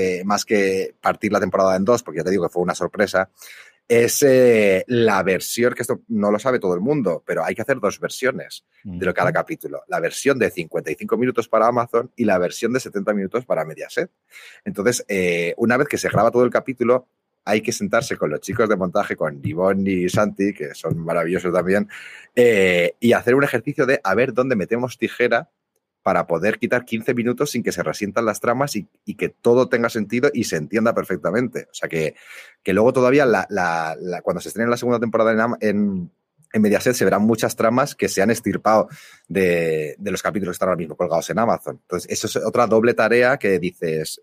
que partir la temporada en 2, porque ya te digo que fue una sorpresa, es la versión, que esto no lo sabe todo el mundo, pero hay que hacer 2 versiones de cada capítulo. La versión de 55 minutos para Amazon y la versión de 70 minutos para Mediaset. Entonces, una vez que se graba todo el capítulo, hay que sentarse con los chicos de montaje, con Ivonne y Santi, que son maravillosos también, y hacer un ejercicio de a ver dónde metemos tijera para poder quitar 15 minutos sin que se resientan las tramas y que todo tenga sentido y se entienda perfectamente. O sea, que luego todavía cuando se estrene la segunda temporada en Mediaset se verán muchas tramas que se han extirpado de los capítulos que están ahora mismo colgados en Amazon. Entonces, eso es otra doble tarea que dices...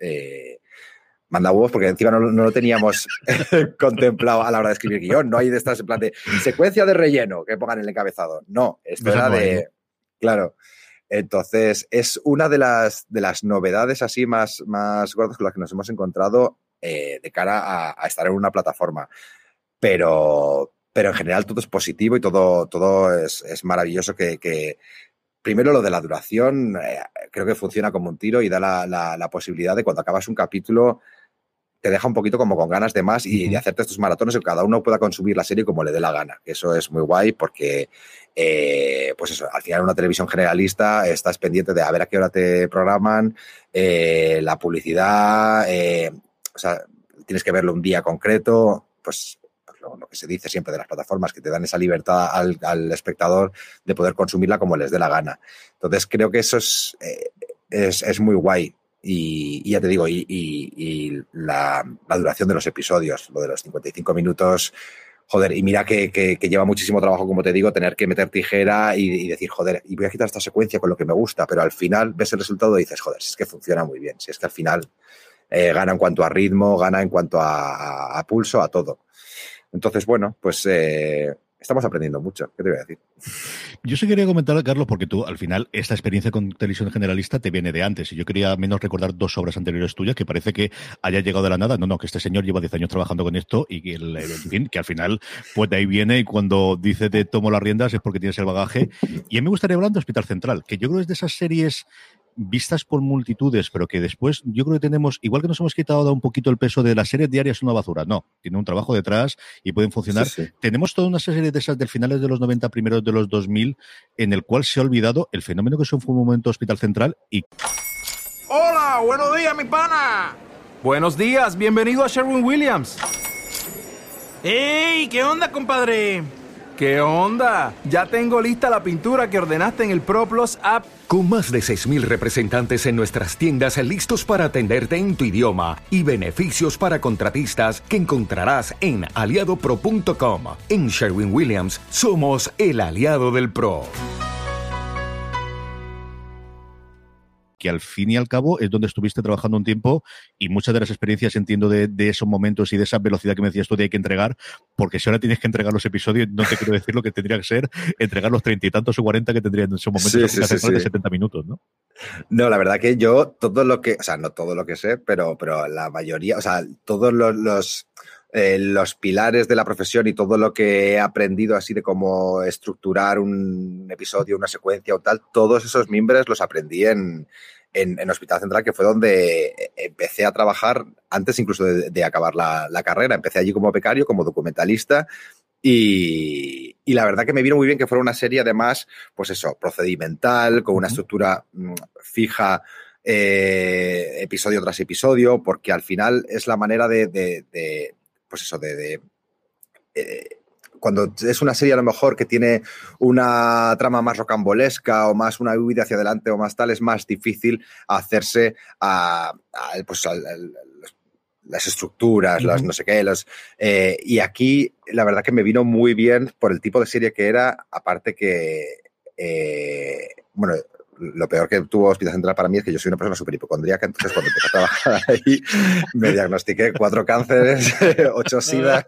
manda huevos, porque encima no lo teníamos contemplado a la hora de escribir guión. No hay de estas en plan de secuencia de relleno que pongan en el encabezado. No, esto era de... Claro. Entonces, es una de las novedades así más gordas con las que nos hemos encontrado de cara a estar en una plataforma. Pero en general todo es positivo y todo es maravilloso que primero lo de la duración creo que funciona como un tiro y da la posibilidad de cuando acabas un capítulo te deja un poquito como con ganas de más y de hacerte estos maratones y que cada uno pueda consumir la serie como le dé la gana. Eso es muy guay porque, pues eso, al final una televisión generalista estás pendiente de a ver a qué hora te programan, la publicidad, o sea, tienes que verlo un día concreto, pues lo que se dice siempre de las plataformas, que te dan esa libertad al espectador de poder consumirla como les dé la gana. Entonces creo que eso es muy guay. Y ya te digo, y la duración de los episodios, lo de los 55 minutos, joder, y mira que lleva muchísimo trabajo, como te digo, tener que meter tijera y decir, joder, y voy a quitar esta secuencia con lo que me gusta, pero al final ves el resultado y dices, joder, si es que funciona muy bien, si es que al final gana en cuanto a ritmo, gana en cuanto a pulso, a todo. Entonces, bueno, pues... estamos aprendiendo mucho, ¿qué te voy a decir? Yo sí quería comentar, Carlos, porque tú, al final, esta experiencia con televisión generalista te viene de antes, y yo quería menos recordar 2 obras anteriores tuyas, que parece que haya llegado de la nada. No, que este señor lleva 10 años trabajando con esto, y que, en fin, que al final, pues de ahí viene, y cuando dice te tomo las riendas es porque tienes el bagaje. Y a mí me gustaría hablar de Hospital Central, que yo creo que es de esas series vistas por multitudes, pero que después yo creo que tenemos, igual que nos hemos quitado un poquito el peso de las series diarias, una basura. No, tiene un trabajo detrás y pueden funcionar. Sí. Tenemos toda una serie de esas del finales de los 90, primeros de los 2000, en el cual se ha olvidado el fenómeno que fue un momento Hospital Central y... ¡Hola! ¡Buenos días, mi pana! Buenos días, bienvenido a Sherwin-Williams. ¡Ey! ¿Qué onda, compadre? ¿Qué onda? Ya tengo lista la pintura que ordenaste en el ProPlus app. Con más de 6,000 representantes en nuestras tiendas listos para atenderte en tu idioma y beneficios para contratistas que encontrarás en aliadopro.com. En Sherwin-Williams somos el aliado del pro. Que al fin y al cabo es donde estuviste trabajando un tiempo y muchas de las experiencias entiendo de esos momentos y de esa velocidad que me decías tú de hay que entregar, porque si ahora tienes que entregar los episodios, no te quiero decir lo que tendría que ser entregar los 30 y tantos o 40 que tendrían en esos momentos de 70 minutos, ¿no? No, la verdad que yo todo lo que, o sea, no todo lo que sé, pero la mayoría, o sea, todos los pilares de la profesión y todo lo que he aprendido así de cómo estructurar un episodio, una secuencia o tal, todos esos mimbres los aprendí en Hospital Central, que fue donde empecé a trabajar antes incluso de acabar la carrera. Empecé allí como becario, como documentalista y Y la verdad que me vino muy bien que fuera una serie, además, pues eso, procedimental, con una estructura fija, episodio tras episodio, porque al final es la manera pues eso, cuando es una serie a lo mejor que tiene una trama más rocambolesca o más una huida hacia adelante o más tal, es más difícil hacerse las estructuras, las no sé qué, y aquí la verdad que me vino muy bien por el tipo de serie que era, aparte que, bueno, lo peor que tuvo Hospital Central para mí es que yo soy una persona súper hipocondríaca, entonces cuando empecé a trabajar ahí me diagnostiqué 4 cánceres, 8 sidas,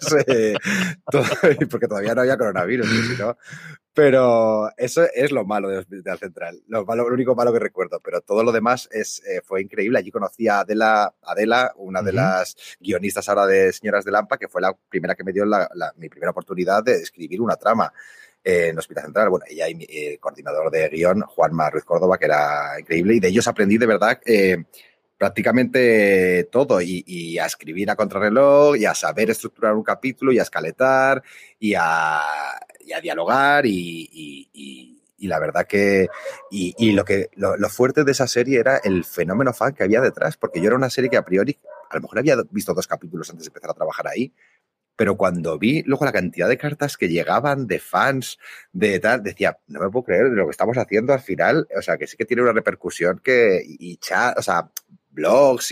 porque todavía no había coronavirus, ¿no? Pero eso es lo malo de Hospital Central, lo único malo que recuerdo, pero todo lo demás fue increíble. Allí conocí a Adela, una de las guionistas ahora de Señoras de Lampa, que fue la primera que me dio mi primera oportunidad de escribir una trama en Hospital Central. Bueno, ella y mi coordinador de guión, Juanma Ruiz Córdoba, que era increíble, y de ellos aprendí de verdad prácticamente todo, y a escribir a contrarreloj, y a saber estructurar un capítulo, y a escaletar, y a dialogar, y la verdad que lo fuerte de esa serie era el fenómeno fan que había detrás, porque yo era una serie que a priori a lo mejor había visto 2 capítulos antes de empezar a trabajar ahí, pero cuando vi luego la cantidad de cartas que llegaban de fans, de tal, decía, no me puedo creer lo que estamos haciendo al final, o sea, que sí que tiene una repercusión o sea, blogs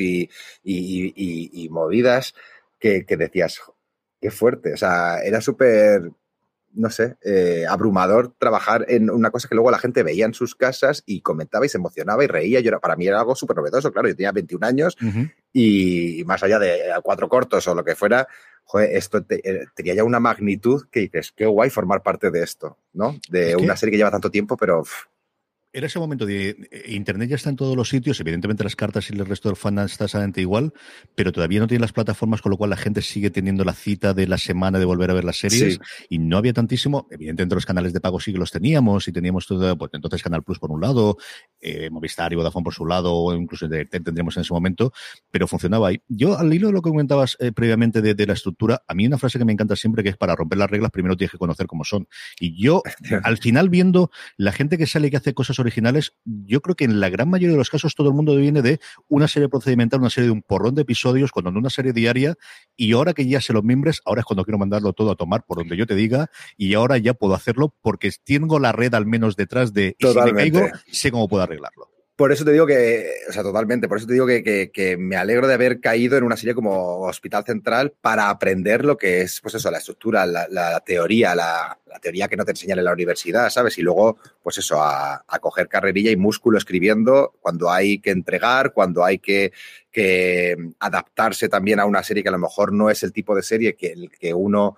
y movidas que decías, qué fuerte, o sea, era súper, no sé, abrumador trabajar en una cosa que luego la gente veía en sus casas y comentaba y se emocionaba y reía. Para mí era algo súper novedoso, claro, yo tenía 21 años y más allá de 4 cortos o lo que fuera, joder, esto tenía ya una magnitud que dices, qué guay formar parte de esto, ¿no? De una serie que lleva tanto tiempo, pero... Era ese momento de Internet ya está en todos los sitios, evidentemente las cartas y el resto del fan está exactamente igual, pero todavía no tiene las plataformas, con lo cual la gente sigue teniendo la cita de la semana de volver a ver las series, y no había tantísimo. Evidentemente los canales de pago sí que los teníamos, y teníamos todo, pues entonces Canal Plus por un lado, Movistar y Vodafone por su lado, o incluso tendríamos en ese momento, pero funcionaba ahí. Yo, al hilo de lo que comentabas previamente de la estructura, a mí una frase que me encanta siempre, que es: para romper las reglas primero tienes que conocer cómo son. Y yo, al final, viendo la gente que sale y que hace cosas originales, yo creo que en la gran mayoría de los casos todo el mundo viene de una serie procedimental, una serie de un porrón de episodios, cuando no una serie diaria, y ahora que ya sé los miembros, ahora es cuando quiero mandarlo todo a tomar por donde yo te diga, y ahora ya puedo hacerlo porque tengo la red al menos detrás de, y si me caigo, sé cómo puedo arreglarlo. Por eso te digo que, o sea, totalmente, por eso te digo que me alegro de haber caído en una serie como Hospital Central para aprender lo que es, pues eso, la estructura, la teoría, la teoría que no te enseñan en la universidad, ¿sabes? Y luego, pues eso, a coger carrerilla y músculo escribiendo cuando hay que entregar, cuando hay que adaptarse también a una serie que a lo mejor no es el tipo de serie que uno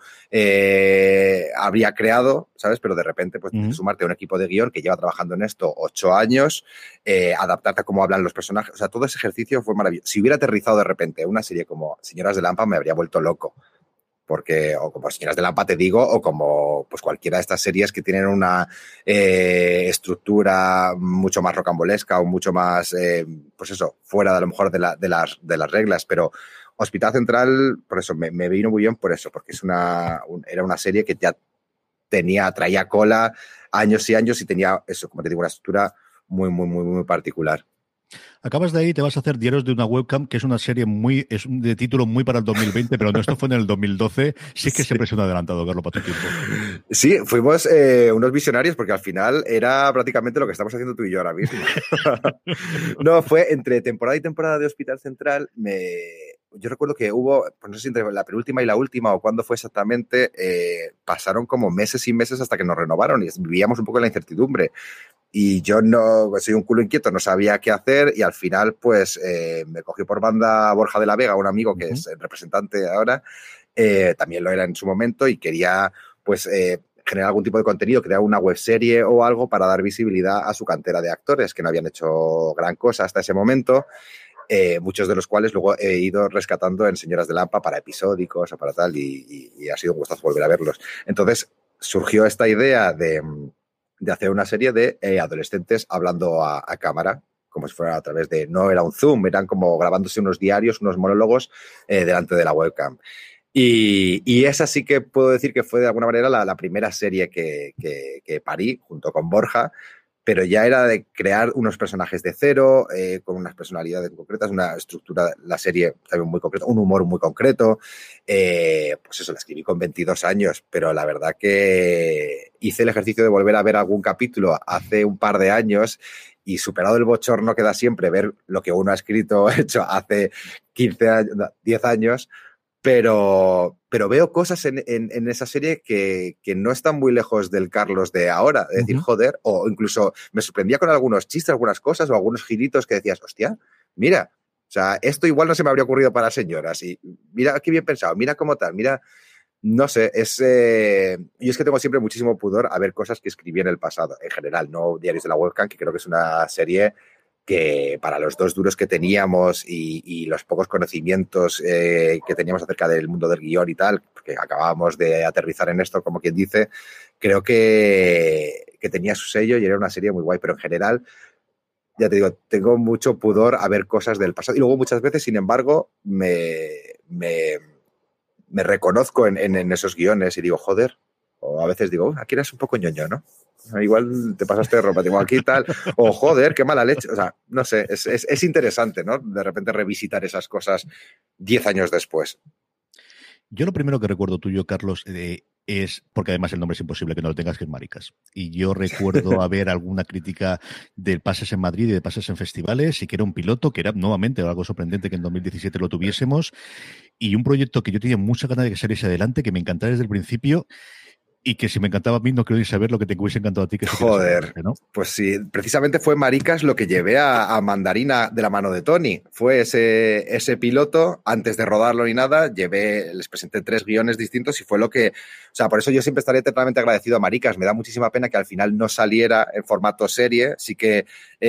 habría creado, ¿sabes? Pero de repente, pues, tienes que sumarte a un equipo de guión que lleva trabajando en esto 8 años, adaptarte a cómo hablan los personajes. O sea, todo ese ejercicio fue maravilloso. Si hubiera aterrizado de repente una serie como Señoras de Lampa, me habría vuelto loco. Porque, o como Señoras de Lampa, te digo, o como pues cualquiera de estas series que tienen una estructura mucho más rocambolesca o mucho más, pues eso, fuera de a lo mejor de las reglas. Pero Hospital Central, por eso, me vino muy bien por eso, porque era una serie que ya traía cola años y años y tenía eso, como te digo, una estructura muy, muy, muy, muy particular. Acabas de ahí, te vas a hacer Diarios de una webcam, que es una serie de título muy para el 2020, pero no, esto fue en el 2012. Sí que siempre se me ha adelantado, Carlos, para tu tiempo. Sí, fuimos unos visionarios, porque al final era prácticamente lo que estamos haciendo tú y yo ahora mismo. No, fue entre temporada y temporada de Hospital Central. Yo recuerdo que hubo, pues no sé si entre la penúltima y la última o cuándo fue exactamente, pasaron como meses y meses hasta que nos renovaron y vivíamos un poco en la incertidumbre. Y yo no, soy un culo inquieto, no sabía qué hacer y al final pues me cogió por banda Borja de la Vega, un amigo que es el representante ahora, también lo era en su momento y quería pues generar algún tipo de contenido, crear una webserie o algo para dar visibilidad a su cantera de actores que no habían hecho gran cosa hasta ese momento. Muchos de los cuales luego he ido rescatando en Señoras de Lampa para episódicos o para tal y ha sido un gustazo volver a verlos. Entonces surgió esta idea de hacer una serie de adolescentes hablando a cámara, como si fuera a través de, no era un Zoom, eran como grabándose unos diarios, unos monólogos delante de la webcam. Y esa sí que puedo decir que fue de alguna manera la primera serie que parí junto con Borja, pero ya era de crear unos personajes de cero, con unas personalidades concretas, una estructura, la serie también muy concreta, un humor muy concreto. Pues eso, la escribí con 22 años, pero la verdad que hice el ejercicio de volver a ver algún capítulo hace un par de años y superado el bochorno que da siempre ver lo que uno ha escrito, hecho hace 15 años, 10 años, pero veo cosas en esa serie que no están muy lejos del Carlos de ahora, de decir, joder, o incluso me sorprendía con algunos chistes, algunas cosas o algunos giritos que decías, hostia, mira, o sea, esto igual no se me habría ocurrido para señoras y mira qué bien pensado, mira cómo tal, mira, no sé, yo es que tengo siempre muchísimo pudor a ver cosas que escribí en el pasado, en general, no Diarios de la Webcam, que creo que es una serie que para los dos duros que teníamos y los pocos conocimientos que teníamos acerca del mundo del guión y tal, porque acabábamos de aterrizar en esto, como quien dice, creo que tenía su sello y era una serie muy guay, pero en general, ya te digo, tengo mucho pudor a ver cosas del pasado. Y luego muchas veces, sin embargo, me reconozco en esos guiones y digo, joder, o a veces digo, aquí eres un poco ñoño, ¿no? Igual te pasaste de ropa, digo, aquí tal, o joder, qué mala leche. O sea, no sé, es interesante, ¿no? De repente revisitar esas cosas 10 años después. Yo lo primero que recuerdo tuyo, Carlos, es, porque además el nombre es imposible que no lo tengas, que es Maricas. Y yo recuerdo haber alguna crítica de pases en Madrid y de pases en festivales, y que era un piloto, que era nuevamente algo sorprendente que en 2017 lo tuviésemos, y un proyecto que yo tenía mucha ganas de que saliese adelante, que me encantaba desde el principio, y que si me encantaba a mí, no quiero ni saber lo que te hubiese encantado a ti. Que joder, ¿no? Pues sí, precisamente fue Maricas lo que llevé a Mandarina de la mano de Tony. Fue ese piloto, antes de rodarlo ni nada, les presenté 3 guiones distintos y fue lo que... O sea, por eso yo siempre estaré eternamente agradecido a Maricas. Me da muchísima pena que al final no saliera en formato serie. Sí que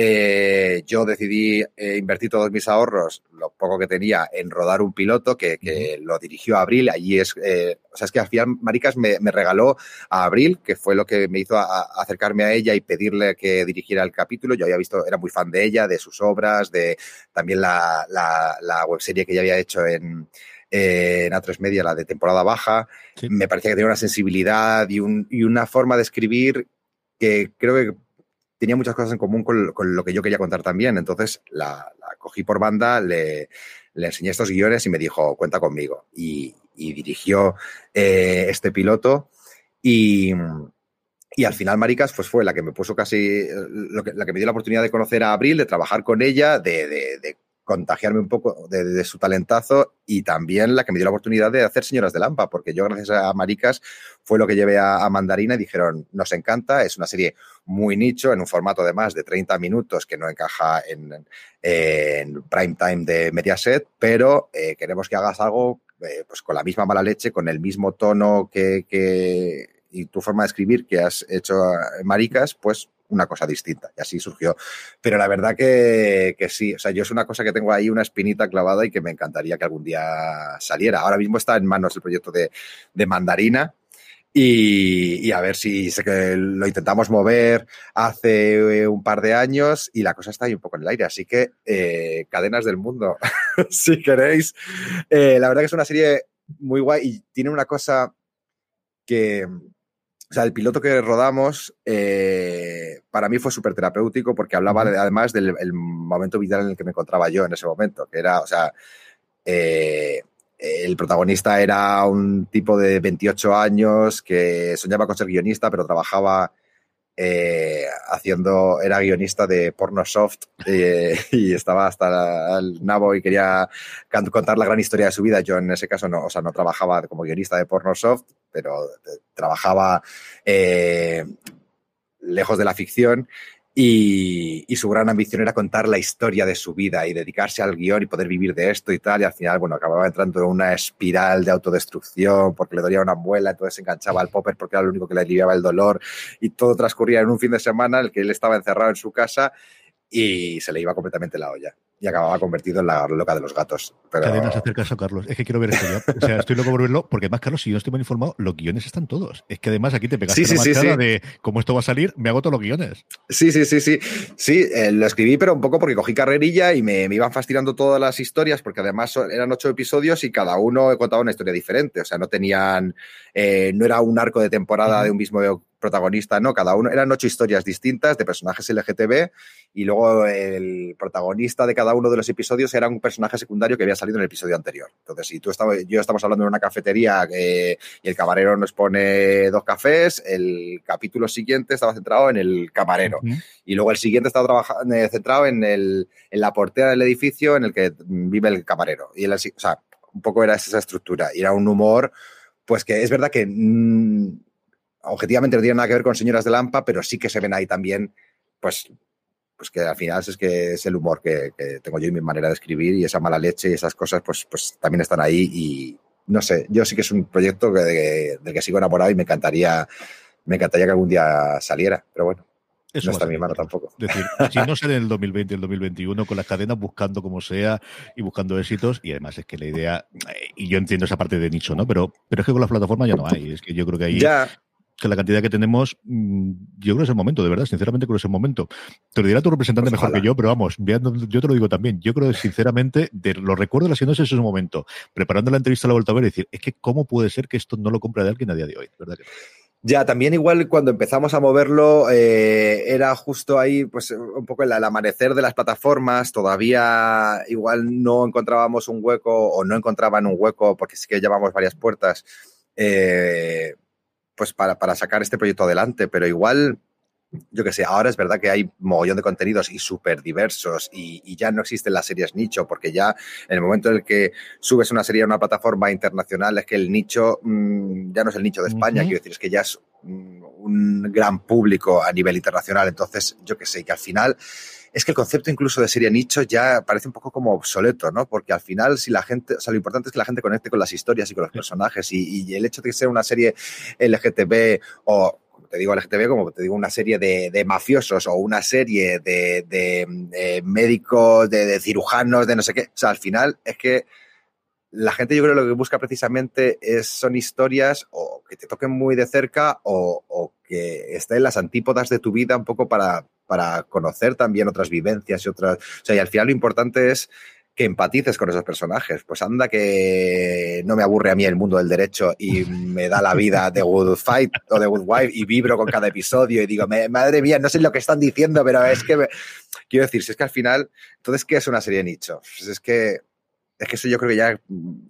yo decidí invertir todos mis ahorros, lo poco que tenía, en rodar un piloto que lo dirigió Abril. Allí es que al final Maricas me regaló a Abril, que fue lo que me hizo acercarme a ella y pedirle que dirigiera el capítulo. Yo había visto, era muy fan de ella, de sus obras, de también la webserie que ella había hecho en A3 Media, la de temporada baja. Sí. Me parecía que tenía una sensibilidad y una forma de escribir que creo que tenía muchas cosas en común con lo que yo quería contar también. Entonces la cogí por banda, le enseñé estos guiones y me dijo, cuenta conmigo. Y dirigió este piloto. Y al final Maricas pues fue la que me puso casi, la que me dio la oportunidad de conocer a Abril, de trabajar con ella, de contagiarme un poco de su talentazo, y también la que me dio la oportunidad de hacer Señoras de Lampa, porque yo gracias a Maricas fue lo que llevé a Mandarina y dijeron, nos encanta, es una serie muy nicho, en un formato de más de 30 minutos que no encaja en prime time de Mediaset, pero queremos que hagas algo pues con la misma mala leche, con el mismo tono y tu forma de escribir que has hecho Maricas, pues una cosa distinta, y así surgió. Pero la verdad que sí, o sea, yo es una cosa que tengo ahí una espinita clavada y que me encantaría que algún día saliera. Ahora mismo está en manos el proyecto de Mandarina, y a ver si sé que lo intentamos mover hace un par de años y la cosa está ahí un poco en el aire, así que cadenas del mundo, si queréis. La verdad que es una serie muy guay y tiene una cosa que... O sea, el piloto que rodamos para mí fue súper terapéutico porque hablaba además del momento vital en el que me encontraba yo en ese momento, que era, o sea, el protagonista era un tipo de 28 años que soñaba con ser guionista, pero trabajaba era guionista de Pornosoft y estaba hasta el nabo y quería contar la gran historia de su vida. Yo en ese caso no trabajaba como guionista de Pornosoft, pero trabajaba lejos de la ficción. Y su gran ambición era contar la historia de su vida y dedicarse al guión y poder vivir de esto y tal. Y al final, bueno, acababa entrando en una espiral de autodestrucción porque le dolía una muela, entonces se enganchaba al popper porque era lo único que le aliviaba el dolor. Y todo transcurría en un fin de semana en el que él estaba encerrado en su casa y se le iba completamente la olla. y acababa convertido en la loca de los gatos. Pero... Cadenas, hacer caso, Carlos. Es que quiero ver esto ya. O sea, estoy loco por verlo, porque además, Carlos, si yo no estoy mal informado, los guiones están todos. Es que además aquí te pegaste la machada de cómo esto va a salir, me hago todos los guiones. Sí. Sí, lo escribí, pero un poco porque cogí carrerilla y me iban fastidiando todas las historias, porque además eran 8 episodios y cada uno contaba una historia diferente. O sea, no tenían... no era un arco de temporada de un mismo protagonista, no, cada uno eran 8 historias distintas de personajes LGTB y luego el protagonista de cada uno de los episodios era un personaje secundario que había salido en el episodio anterior. Entonces, si yo estamos hablando de una cafetería y el camarero nos pone 2 cafés, el capítulo siguiente estaba centrado en el camarero y luego el siguiente estaba centrado en la portera del edificio en el que vive el camarero. Y o sea, un poco era esa estructura y era un humor, pues que es verdad que objetivamente no tiene nada que ver con Señoras de Lampa, pero sí que se ven ahí también, pues que al final es que es el humor que tengo yo y mi manera de escribir y esa mala leche y esas cosas, pues también están ahí y no sé, yo sí que es un proyecto del que sigo enamorado y me encantaría que algún día saliera, pero bueno. Eso no está en mi mano tampoco. Es decir, si no sale en el 2020, el 2021, con las cadenas buscando como sea y buscando éxitos, y además es que la idea, y yo entiendo esa parte de nicho, ¿no? Pero es que con las plataformas ya no hay, es que yo creo que ahí... Ya. Que la cantidad que tenemos, yo creo que es el momento, de verdad, sinceramente creo que es el momento. Te lo dirá tu representante mejor que yo, pero vamos, yo te lo digo también. Yo creo que sinceramente, lo recuerdo de la sinopsis, es un momento. Preparando la entrevista a la vuelta a ver y decir, es que ¿cómo puede ser que esto no lo compre de alguien a día de hoy? ¿Verdad que no? Ya, también igual cuando empezamos a moverlo era justo ahí, pues un poco el amanecer de las plataformas, todavía igual no encontrábamos un hueco o no encontraban un hueco porque sí que llevamos varias puertas pues para sacar este proyecto adelante, pero igual, yo qué sé, ahora es verdad que hay mogollón de contenidos y súper diversos y ya no existen las series nicho, porque ya en el momento en el que subes una serie a una plataforma internacional es que el nicho ya no es el nicho de España, quiero decir, es que ya es un gran público a nivel internacional, entonces yo qué sé, que al final... Es que el concepto incluso de serie nicho ya parece un poco como obsoleto, ¿no? Porque al final, si la gente, o sea, lo importante es que la gente conecte con las historias y con los personajes y el hecho de que sea una serie LGTB o, como te digo LGTB, como te digo una serie de mafiosos o una serie de médicos, de cirujanos, de no sé qué, o sea, al final es que la gente yo creo que lo que busca precisamente son historias o que te toquen muy de cerca o que estén en las antípodas de tu vida un poco para conocer también otras vivencias y otras... O sea, y al final lo importante es que empatices con esos personajes. Pues anda que no me aburre a mí el mundo del derecho y me da la vida de Good Fight o de Good Wife y vibro con cada episodio y digo, madre mía, no sé lo que están diciendo, pero es que... Quiero decir, si es que al final... Entonces, ¿qué es una serie de nicho? Pues es que eso yo creo que ya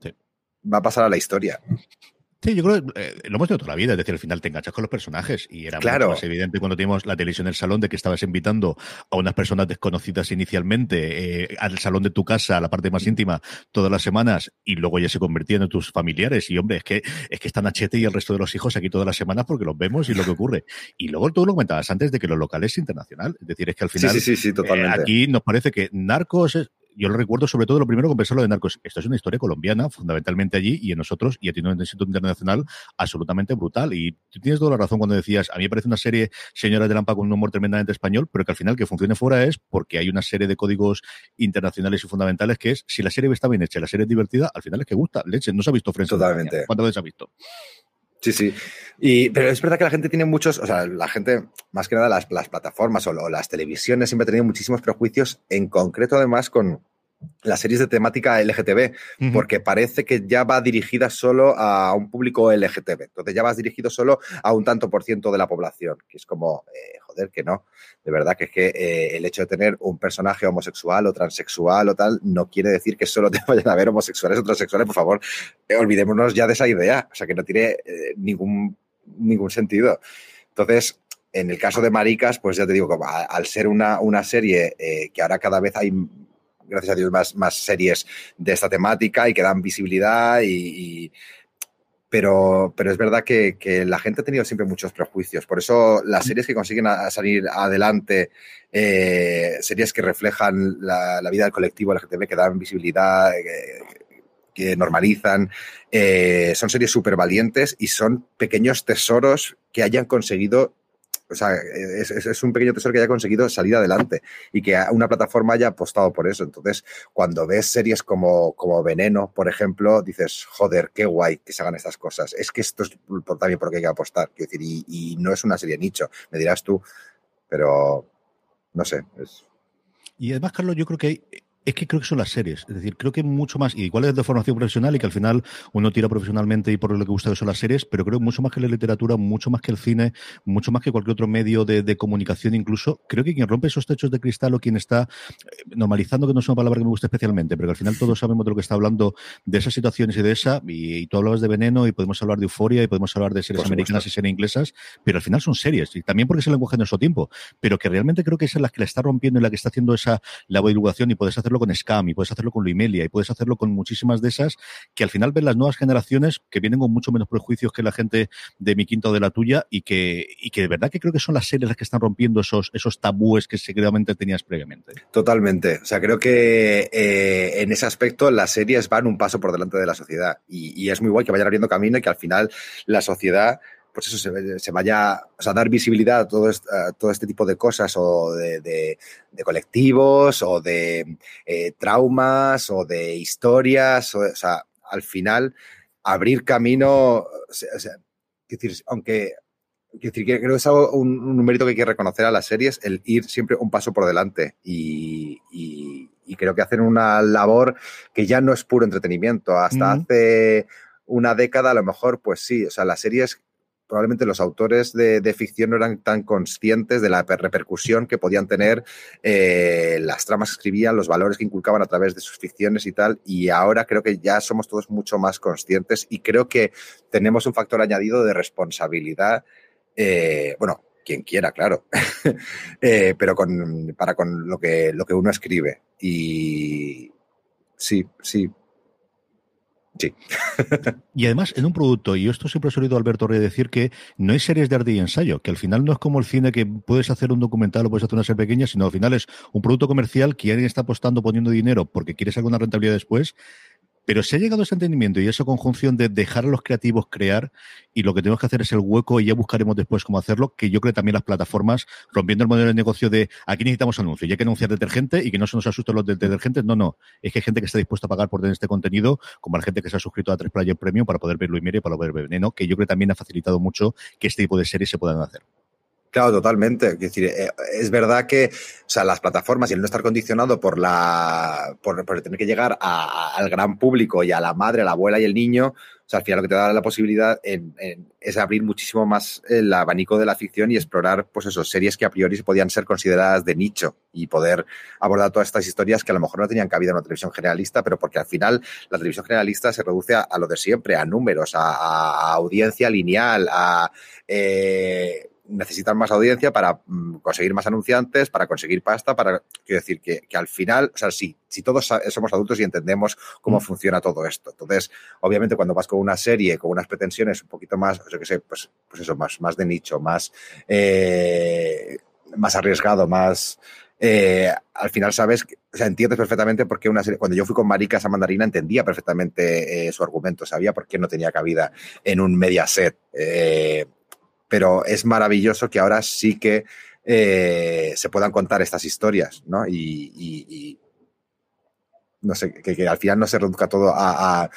va a pasar a la historia. Sí, yo creo que lo hemos tenido toda la vida, es decir, al final te enganchas con los personajes y era mucho más evidente cuando teníamos la televisión en el salón de que estabas invitando a unas personas desconocidas inicialmente al salón de tu casa, a la parte más íntima, todas las semanas y luego ya se convertían en tus familiares y hombre, es que están Achete y el resto de los hijos aquí todas las semanas porque los vemos y lo que ocurre. Y luego tú lo comentabas antes de que lo local es internacional, es decir, es que al final sí, totalmente. Aquí nos parece que Narcos yo lo recuerdo sobre todo lo primero con pensar lo de Narcos. Esto es una historia colombiana, fundamentalmente allí, y en nosotros, y tiene un éxito internacional absolutamente brutal. Y tú tienes toda la razón cuando decías, a mí me parece una serie Señoras de Lampa con un humor tremendamente español, pero que al final que funcione fuera es porque hay una serie de códigos internacionales y fundamentales que es, si la serie está bien hecha, la serie es divertida, al final es que gusta. Leche, no se ha visto Friends. Totalmente. ¿Cuántas veces se ha visto? Sí. Pero es verdad que la gente tiene muchos, o sea, la gente, más que nada las plataformas o las televisiones siempre han tenido muchísimos prejuicios, en concreto además con las series de temática LGTB, porque parece que ya va dirigida solo a un público LGTB. Entonces ya vas dirigido solo a un tanto por ciento de la población, que es como, joder, que no. De verdad que es que el hecho de tener un personaje homosexual o transexual o tal no quiere decir que solo te vayan a ver homosexuales o transexuales, por favor. Olvidémonos ya de esa idea. O sea, que no tiene ningún sentido. Entonces, en el caso de Maricas, pues ya te digo, como al ser una serie que ahora cada vez hay, gracias a Dios, más series de esta temática y que dan visibilidad pero es verdad que la gente ha tenido siempre muchos prejuicios. Por eso las series que consiguen salir adelante, series que reflejan la vida del colectivo LGTB, que dan visibilidad, que normalizan, son series súper valientes y son pequeños tesoros que hayan conseguido O sea, es un pequeño tesoro que haya conseguido salir adelante y que una plataforma haya apostado por eso. Entonces, cuando ves series como Veneno, por ejemplo, dices, joder, qué guay que se hagan estas cosas. Es que esto es también por qué hay que apostar. Quiero decir, y no es una serie nicho, me dirás tú, pero no sé. Y además, Carlos, yo creo que creo que son las series. Es decir, creo que mucho más, y igual es de formación profesional y que al final uno tira profesionalmente y por lo que gusta que son las series, pero creo mucho más que la literatura, mucho más que el cine, mucho más que cualquier otro medio de comunicación incluso. Creo que quien rompe esos techos de cristal o quien está normalizando, que no es una palabra que me gusta especialmente, pero que al final todos sabemos de lo que está hablando, de esas situaciones y de esa, y tú hablabas de Veneno y podemos hablar de Euforia y podemos hablar de series americanas y series inglesas, pero al final son series, y también porque es el lenguaje de nuestro tiempo, pero que realmente creo que esa es la que la está rompiendo y la que está haciendo esa labor de divulgación, y puedes hacerlo con Scam, y puedes hacerlo con Luimelia, y puedes hacerlo con muchísimas de esas, que al final ven las nuevas generaciones que vienen con mucho menos prejuicios que la gente de mi quinta o de la tuya, y que de verdad que creo que son las series las que están rompiendo esos tabúes que seguramente tenías previamente. Totalmente. O sea, creo que en ese aspecto las series van un paso por delante de la sociedad, y es muy guay que vayan abriendo camino y que al final la sociedad, pues eso, se vaya, o sea, dar visibilidad a todo este tipo de cosas, o de colectivos, o de traumas, o de historias, o sea, al final abrir camino, o sea, decir, aunque que creo que es algo, un mérito que hay que reconocer a las series, el ir siempre un paso por delante, y creo que hacen una labor que ya no es puro entretenimiento. Hasta hace una década a lo mejor, pues sí, o sea, las series, probablemente los autores de ficción no eran tan conscientes de la repercusión que podían tener las tramas que escribían, los valores que inculcaban a través de sus ficciones y tal, y ahora creo que ya somos todos mucho más conscientes, y creo que tenemos un factor añadido de responsabilidad, bueno, quien quiera, claro, pero con lo que uno escribe, y sí. Y además, en un producto, y esto siempre he oído a Alberto Rey decir, que no hay series de arte y ensayo, que al final no es como el cine, que puedes hacer un documental o puedes hacer una serie pequeña, sino al final es un producto comercial que alguien está apostando, poniendo dinero porque quieres alguna rentabilidad después. Pero se ha llegado a ese entendimiento y a esa conjunción de dejar a los creativos crear, y lo que tenemos que hacer es el hueco, y ya buscaremos después cómo hacerlo, que yo creo que también las plataformas, rompiendo el modelo de negocio de aquí necesitamos anuncios, ya hay que anunciar detergente y que no se nos asusten los detergentes. No, es que hay gente que está dispuesta a pagar por tener este contenido, como la gente que se ha suscrito a 3 Player Premium para poder ver Luimelia y para poder ver Veneno, que yo creo que también ha facilitado mucho que este tipo de series se puedan hacer. Claro, totalmente. Es decir, es verdad que, o sea, las plataformas, y el no estar condicionado por tener que llegar al gran público y a la madre, a la abuela y el niño, o sea, al final lo que te da la posibilidad es abrir muchísimo más el abanico de la ficción y explorar, pues eso, series que a priori podían ser consideradas de nicho, y poder abordar todas estas historias que a lo mejor no tenían cabida en una televisión generalista, pero porque al final la televisión generalista se reduce a lo de siempre, a números, a audiencia lineal, necesitan más audiencia para conseguir más anunciantes, para conseguir pasta, quiero decir que al final, o sea, si todos somos adultos y entendemos cómo funciona todo esto. Entonces, obviamente, cuando vas con una serie, con unas pretensiones un poquito más, yo qué sé, pues eso, más de nicho, más arriesgado, más... al final sabes, o sea, entiendes perfectamente por qué una serie. Cuando yo fui con Maricas a Mandarina, entendía perfectamente su argumento, sabía por qué no tenía cabida en un Mediaset. Pero es maravilloso que ahora sí que se puedan contar estas historias, ¿no? Y no sé, que al final no se reduzca todo a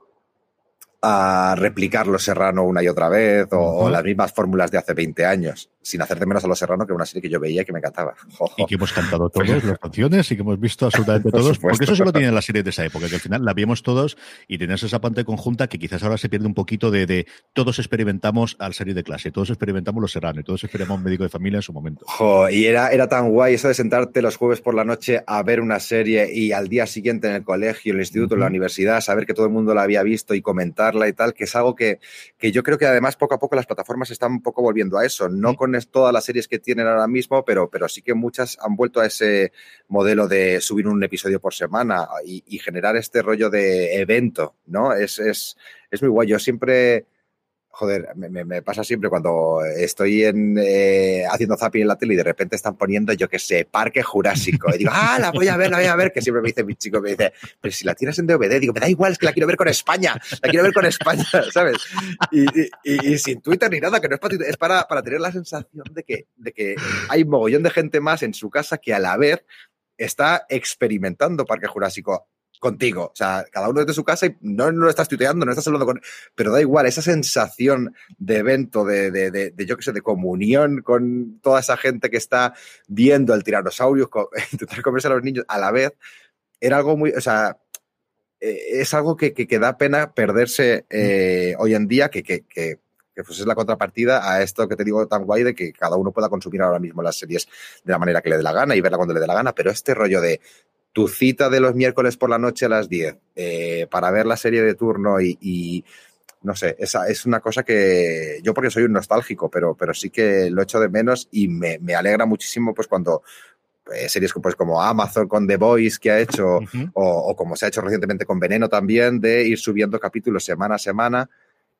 replicar Los Serrano una y otra vez, o las mismas fórmulas de hace 20 años, sin hacer de menos a Los Serrano, que era una serie que yo veía y que me encantaba. Y que hemos cantado todos las canciones y que hemos visto absolutamente todos, porque eso solo tienen las series de esa época, que al final la vimos todos y tenías esa pantalla conjunta que quizás ahora se pierde un poquito de todos experimentamos al salir de clase, todos experimentamos Los Serrano y todos experimentamos un médico de familia en su momento. Y era tan guay eso de sentarte los jueves por la noche a ver una serie y al día siguiente en el colegio, en el instituto, en la universidad, saber que todo el mundo la había visto y comentarla y tal, que es algo que yo creo que además poco a poco las plataformas están un poco volviendo a eso, no con todas las series que tienen ahora mismo, pero sí que muchas han vuelto a ese modelo de subir un episodio por semana y generar este rollo de evento, ¿no? Es muy guay. Yo siempre Joder, me pasa siempre cuando estoy haciendo zapping en la tele y de repente están poniendo, yo qué sé, Parque Jurásico. Y digo, la voy a ver, que siempre me dice mi chico, me dice, pero si la tienes en DVD, digo, me da igual, es que la quiero ver con España, ¿sabes? Y sin Twitter ni nada, que no es para Twitter, es para tener la sensación de que hay mogollón de gente más en su casa que a la vez está experimentando Parque Jurásico contigo, o sea, cada uno desde su casa y no lo estás tuiteando, no estás hablando con... Pero da igual, esa sensación de evento, de yo qué sé, de comunión con toda esa gente que está viendo el tiranosaurio, intentar comerse a los niños a la vez, era algo muy... O sea, es algo que da pena perderse hoy en día, que pues es la contrapartida a esto que te digo tan guay de que cada uno pueda consumir ahora mismo las series de la manera que le dé la gana y verla cuando le dé la gana, pero este rollo de tu cita de los miércoles por la noche a las 10 para ver la serie de turno y no sé, esa es una cosa que yo porque soy un nostálgico, pero sí que lo echo de menos y me alegra muchísimo pues cuando series pues, como Amazon con The Boys que ha hecho o como se ha hecho recientemente con Veneno también, de ir subiendo capítulos semana a semana.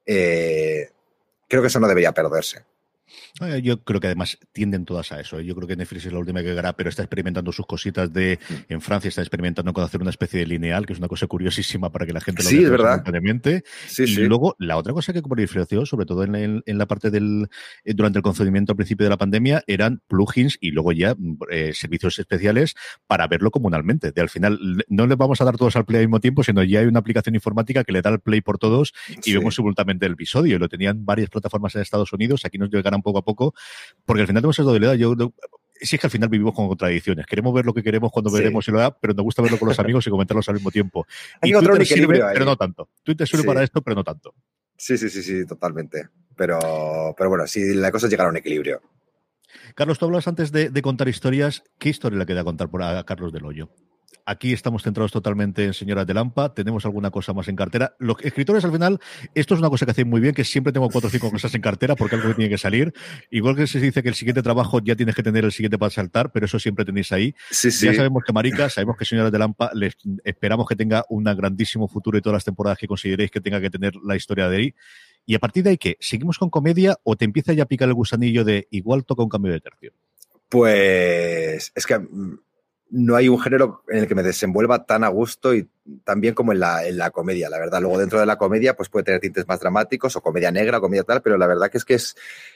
Creo que eso no debería perderse. Yo creo que además tienden todas a eso. Yo creo que Netflix es la última que llegará, pero está experimentando sus cositas en Francia está experimentando con hacer una especie de lineal, que es una cosa curiosísima para que la gente lo vea simultáneamente. Y luego, la otra cosa que proliferó, sobre todo en la parte durante el confinamiento al principio de la pandemia, eran plugins y luego ya servicios especiales para verlo comunalmente. Al final, no les vamos a dar todos al play al mismo tiempo, sino ya hay una aplicación informática que le da el play por todos y vemos simultáneamente el episodio. Y lo tenían varias plataformas en Estados Unidos, aquí nos llegarán poco a poco, porque al final tenemos esa doble edad. Sí, es que al final vivimos con contradicciones. Queremos ver lo que queremos cuando veremos y lo da, pero nos gusta verlo con los amigos y comentarlos al mismo tiempo. Hay y Twitter sirve, pero no tanto. Twitter sirve para esto, pero no tanto. Sí, totalmente. Pero bueno, sí, la cosa es llegar a un equilibrio. Carlos, tú hablas antes de contar historias. ¿Qué historia le queda contar por a Carlos del Hoyo? Aquí estamos centrados totalmente en Señoras de Lampa. ¿Tenemos alguna cosa más en cartera? Los escritores, al final, esto es una cosa que hacen muy bien, que siempre tengo 4 o 5 cosas en cartera porque algo que tiene que salir. Igual que se dice que el siguiente trabajo ya tienes que tener el siguiente para saltar, pero eso siempre tenéis ahí. Sí. Ya sabemos que Maricas, sabemos que Señoras de Lampa, les esperamos que tenga un grandísimo futuro y todas las temporadas que consideréis que tenga que tener la historia de ahí. Y a partir de ahí, ¿qué? ¿Seguimos con comedia o te empieza ya a picar el gusanillo de igual toca un cambio de tercio? Pues es que no hay un género en el que me desenvuelva tan a gusto y tan bien como en la comedia, la verdad. Luego dentro de la comedia pues puede tener tintes más dramáticos o comedia negra o comedia tal, pero la verdad que es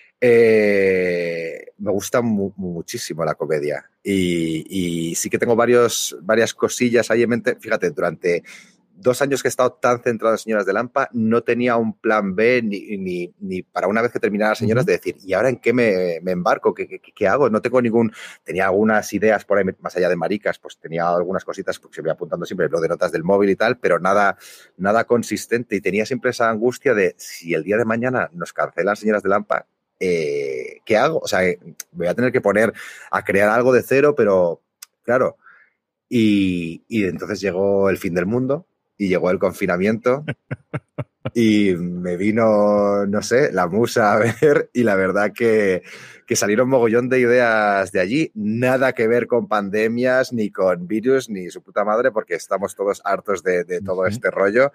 me gusta muchísimo la comedia y sí que tengo varias cosillas ahí en mente. Fíjate, durante 2 años que he estado tan centrado en Señoras de Lampa, no tenía un plan B ni para una vez que terminara las Señoras de decir, ¿y ahora en qué me embarco? ¿Qué hago? No tengo tenía algunas ideas por ahí, más allá de Maricas, pues tenía algunas cositas porque se me iba apuntando siempre lo de notas del móvil y tal, pero nada consistente y tenía siempre esa angustia de si el día de mañana nos cancelan Señoras de Lampa, ¿qué hago? O sea, voy a tener que poner a crear algo de cero, pero claro. Y entonces llegó el fin del mundo. Y llegó el confinamiento y me vino, no sé, la musa a ver y la verdad que salieron mogollón de ideas de allí. Nada que ver con pandemias, ni con virus, ni su puta madre, porque estamos todos hartos de todo este rollo.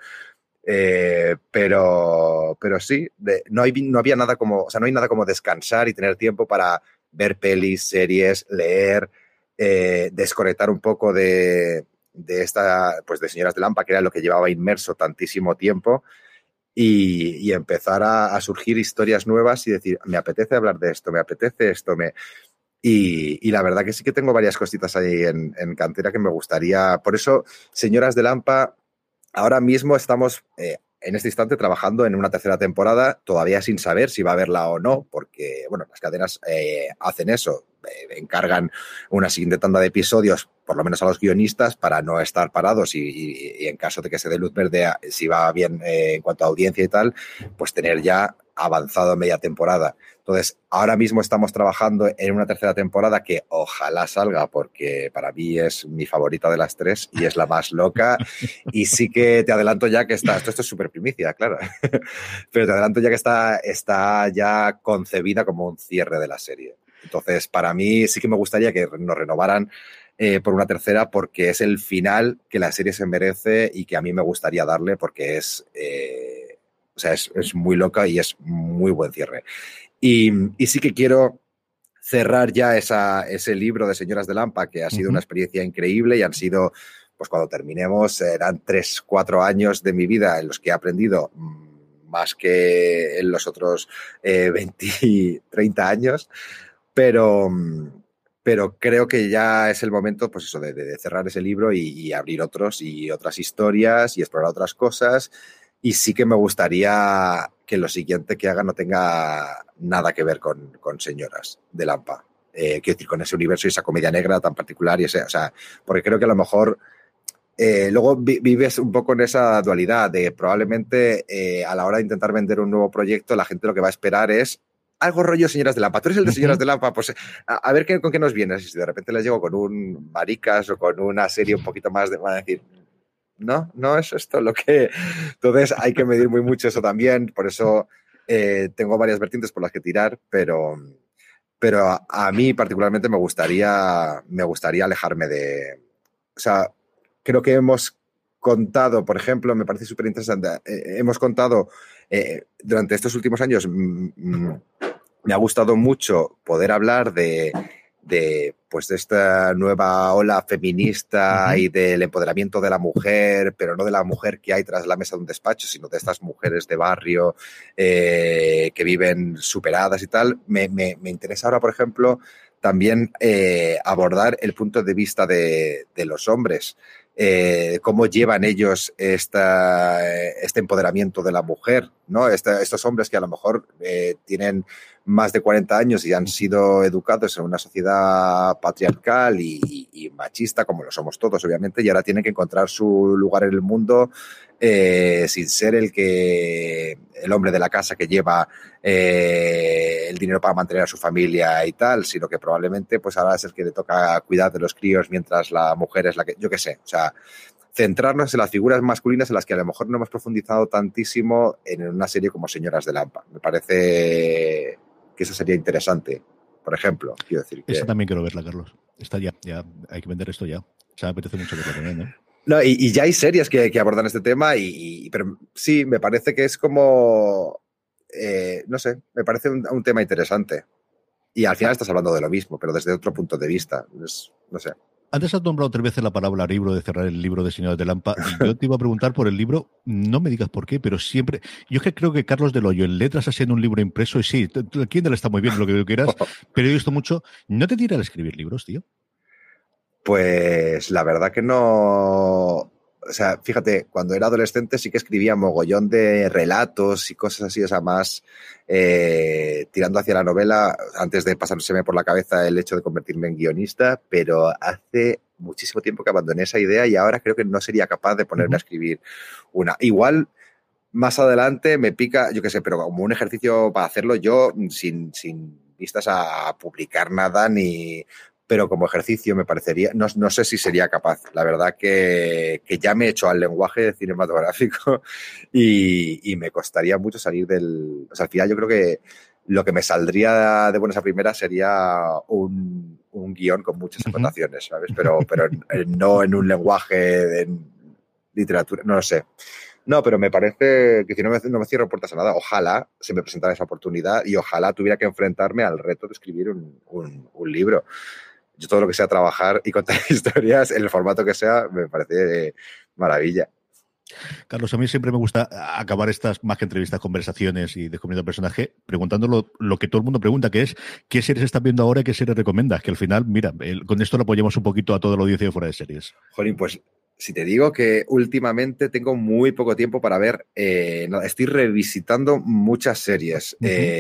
Pero sí, no había nada como, o sea, no hay nada como descansar y tener tiempo para ver pelis, series, leer, desconectar un poco de esta, pues de Señoras de Lampa, que era lo que llevaba inmerso tantísimo tiempo, y empezar a surgir historias nuevas y decir, me apetece hablar de esto, me apetece esto, y la verdad que sí que tengo varias cositas ahí en cantera que me gustaría. Por eso, Señoras de Lampa, ahora mismo estamos en este instante trabajando en una 3ª temporada, todavía sin saber si va a haberla o no, porque bueno, las cadenas hacen eso, encargan una siguiente tanda de episodios, por lo menos a los guionistas, para no estar parados y en caso de que se dé luz verde, si va bien en cuanto a audiencia y tal, pues tener ya avanzado media temporada. Entonces, ahora mismo estamos trabajando en una 3ª temporada que ojalá salga, porque para mí es mi favorita de las 3 y es la más loca. Y sí que te adelanto ya que esto es súper primicia, claro, pero te adelanto ya que está ya concebida como un cierre de la serie. Entonces, para mí sí que me gustaría que nos renovaran por una 3ª, porque es el final que la serie se merece y que a mí me gustaría darle, porque es... O sea, es muy loca y es muy buen cierre. Y sí que quiero cerrar ya ese libro de Señoras de Lampa, que ha sido una experiencia increíble y han sido, pues cuando terminemos, eran 3-4 años de mi vida en los que he aprendido más que en los otros 20, 30 años, pero creo que ya es el momento, pues eso, de cerrar ese libro y abrir otros y otras historias y explorar otras cosas. Y sí que me gustaría que lo siguiente que haga no tenga nada que ver con Señoras de Lampa. Quiero decir, con ese universo y esa comedia negra tan particular. O sea, porque creo que a lo mejor luego vives un poco en esa dualidad de probablemente a la hora de intentar vender un nuevo proyecto, la gente lo que va a esperar es algo rollo Señoras de Lampa. Tú eres el de Señoras de Lampa, pues a ver con qué nos vienes. Si de repente les llego con un Maricas o con una serie un poquito más van a decir... No es esto lo que... Entonces hay que medir muy mucho eso también, por eso tengo varias vertientes por las que tirar, pero a mí particularmente me gustaría alejarme de... O sea, creo que hemos contado, por ejemplo, me parece súper interesante, hemos contado durante estos últimos años, me ha gustado mucho poder hablar de esta nueva ola feminista y del empoderamiento de la mujer, pero no de la mujer que hay tras la mesa de un despacho, sino de estas mujeres de barrio que viven superadas y tal. Me interesa ahora, por ejemplo, también abordar el punto de vista de los hombres. Cómo llevan ellos este empoderamiento de la mujer, ¿no? Estos hombres que a lo mejor tienen más de 40 años y han sido educados en una sociedad patriarcal y machista, como lo somos todos, obviamente, y ahora tienen que encontrar su lugar en el mundo sin ser el hombre de la casa que lleva el dinero para mantener a su familia y tal, sino que probablemente pues ahora es el que le toca cuidar de los críos mientras la mujer es la que, yo qué sé, o sea, centrarnos en las figuras masculinas en las que a lo mejor no hemos profundizado tantísimo en una serie como Señoras de Lampa. Me parece que eso sería interesante, por ejemplo. Quiero decir que... Esa también quiero verla, Carlos. Está ya hay que vender esto ya. O sea, me apetece mucho verla también, ¿no? No, y ya hay series que abordan este tema, pero sí, me parece que es como... no sé, me parece un tema interesante. Y al final estás hablando de lo mismo, pero desde otro punto de vista. No sé. Antes has nombrado 3 veces la palabra libro, de cerrar el libro de Señoras de Lampa. Yo te iba a preguntar por el libro, no me digas por qué, pero siempre... Yo es que creo que Carlos del Hoyo en letras ha sido un libro impreso, y sí, el Kindle está muy bien, lo que tú quieras, pero he visto mucho... ¿No te tira al escribir libros, tío? Pues la verdad que no... O sea, fíjate, cuando era adolescente sí que escribía mogollón de relatos y cosas así, o sea, más tirando hacia la novela, antes de pasárseme por la cabeza el hecho de convertirme en guionista, pero hace muchísimo tiempo que abandoné esa idea y ahora creo que no sería capaz de ponerme a escribir una. Igual, más adelante me pica, yo qué sé, pero como un ejercicio para hacerlo yo, sin vistas a publicar nada ni... Pero como ejercicio me parecería, no sé si sería capaz. La verdad que ya me he hecho al lenguaje cinematográfico y me costaría mucho salir del... O sea, al final yo creo que lo que me saldría de buenas a primeras sería un guión con muchas anotaciones, ¿sabes? Pero no en un lenguaje de literatura, no lo sé. No, pero me parece que si no me cierro puertas a nada, ojalá se me presentara esa oportunidad y ojalá tuviera que enfrentarme al reto de escribir un libro. Yo todo lo que sea trabajar y contar historias en el formato que sea me parece maravilla. Carlos, a mí siempre me gusta acabar estas, más que entrevistas, conversaciones y descubriendo el personaje, preguntando lo que todo el mundo pregunta, que es ¿qué series estás viendo ahora y qué series recomiendas? Que al final, mira, con esto lo apoyamos un poquito a toda la audiencia de Fuera de Series. Jolín, pues si te digo que últimamente tengo muy poco tiempo para ver, estoy revisitando muchas series.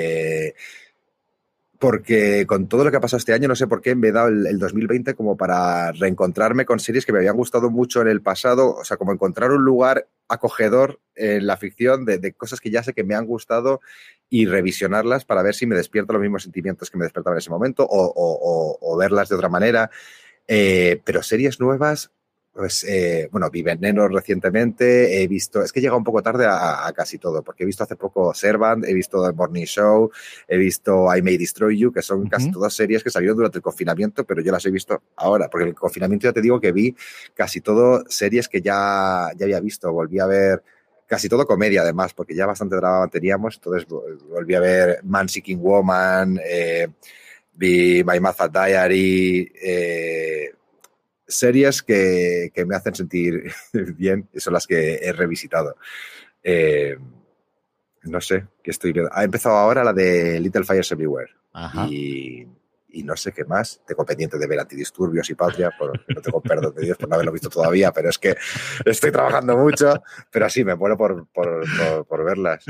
Porque con todo lo que ha pasado este año, no sé por qué me he dado el 2020 como para reencontrarme con series que me habían gustado mucho en el pasado, o sea, como encontrar un lugar acogedor en la ficción de cosas que ya sé que me han gustado y revisionarlas para ver si me despierto los mismos sentimientos que me despertaban en ese momento o verlas de otra manera. Pero series nuevas... Pues, bueno, Vi Veneno recientemente, he visto, es que he llegado un poco tarde a casi todo, porque he visto hace poco Servant, he visto The Morning Show, he visto I May Destroy You, que son casi todas series que salieron durante el confinamiento, pero yo las he visto ahora, porque en el confinamiento ya te digo que vi casi todo series que ya había visto, volví a ver casi todo comedia además, porque ya bastante drama teníamos, entonces volví a ver Man Seeking Woman, vi My Mad Fat Diary, series que me hacen sentir bien y son las que he revisitado. No sé, qué estoy viendo. Ha empezado ahora la de Little Fires Everywhere. Ajá. Y no sé qué más. Tengo pendiente de ver Antidisturbios y Patria, porque no tengo perdón de Dios por no haberlo visto todavía, pero es que estoy trabajando mucho, pero sí, me muero por verlas.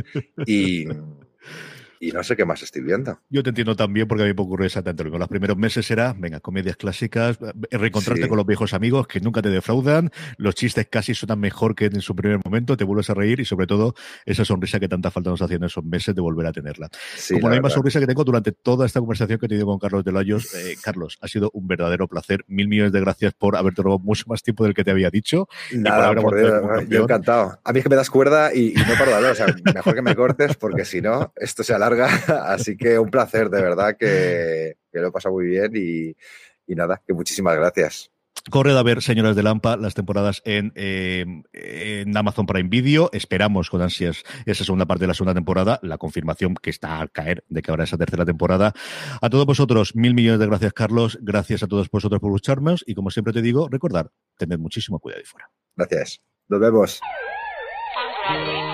Y no sé qué más estoy viendo. Yo te entiendo también, porque a mí me ocurrió exactamente lo mismo. Los primeros meses era, venga, comedias clásicas, reencontrarte con los viejos amigos que nunca te defraudan, los chistes casi suenan mejor que en su primer momento, te vuelves a reír y sobre todo esa sonrisa que tanta falta nos hacía en esos meses de volver a tenerla. Sí, como la misma sonrisa que tengo durante toda esta conversación que he tenido con Carlos de Layos. Carlos, ha sido un verdadero placer. 1000 millones de gracias por haberte robado mucho más tiempo del que te había dicho. Nada, por Dios, yo encantado. A mí es que me das cuerda y no paro de hablar, o sea, mejor que me cortes porque si no, esto se alarga. Así que un placer, de verdad, que lo he pasado muy bien y nada, que muchísimas gracias. Corred a ver, señoras de Lampa, las temporadas en Amazon Prime Video. Esperamos con ansias esa segunda parte de la segunda temporada, la confirmación que está al caer de que habrá esa tercera temporada. A todos vosotros, 1000 millones de gracias, Carlos. Gracias a todos vosotros por escucharnos y, como siempre te digo, recordad, tened muchísimo cuidado ahí fuera. Gracias. Nos vemos.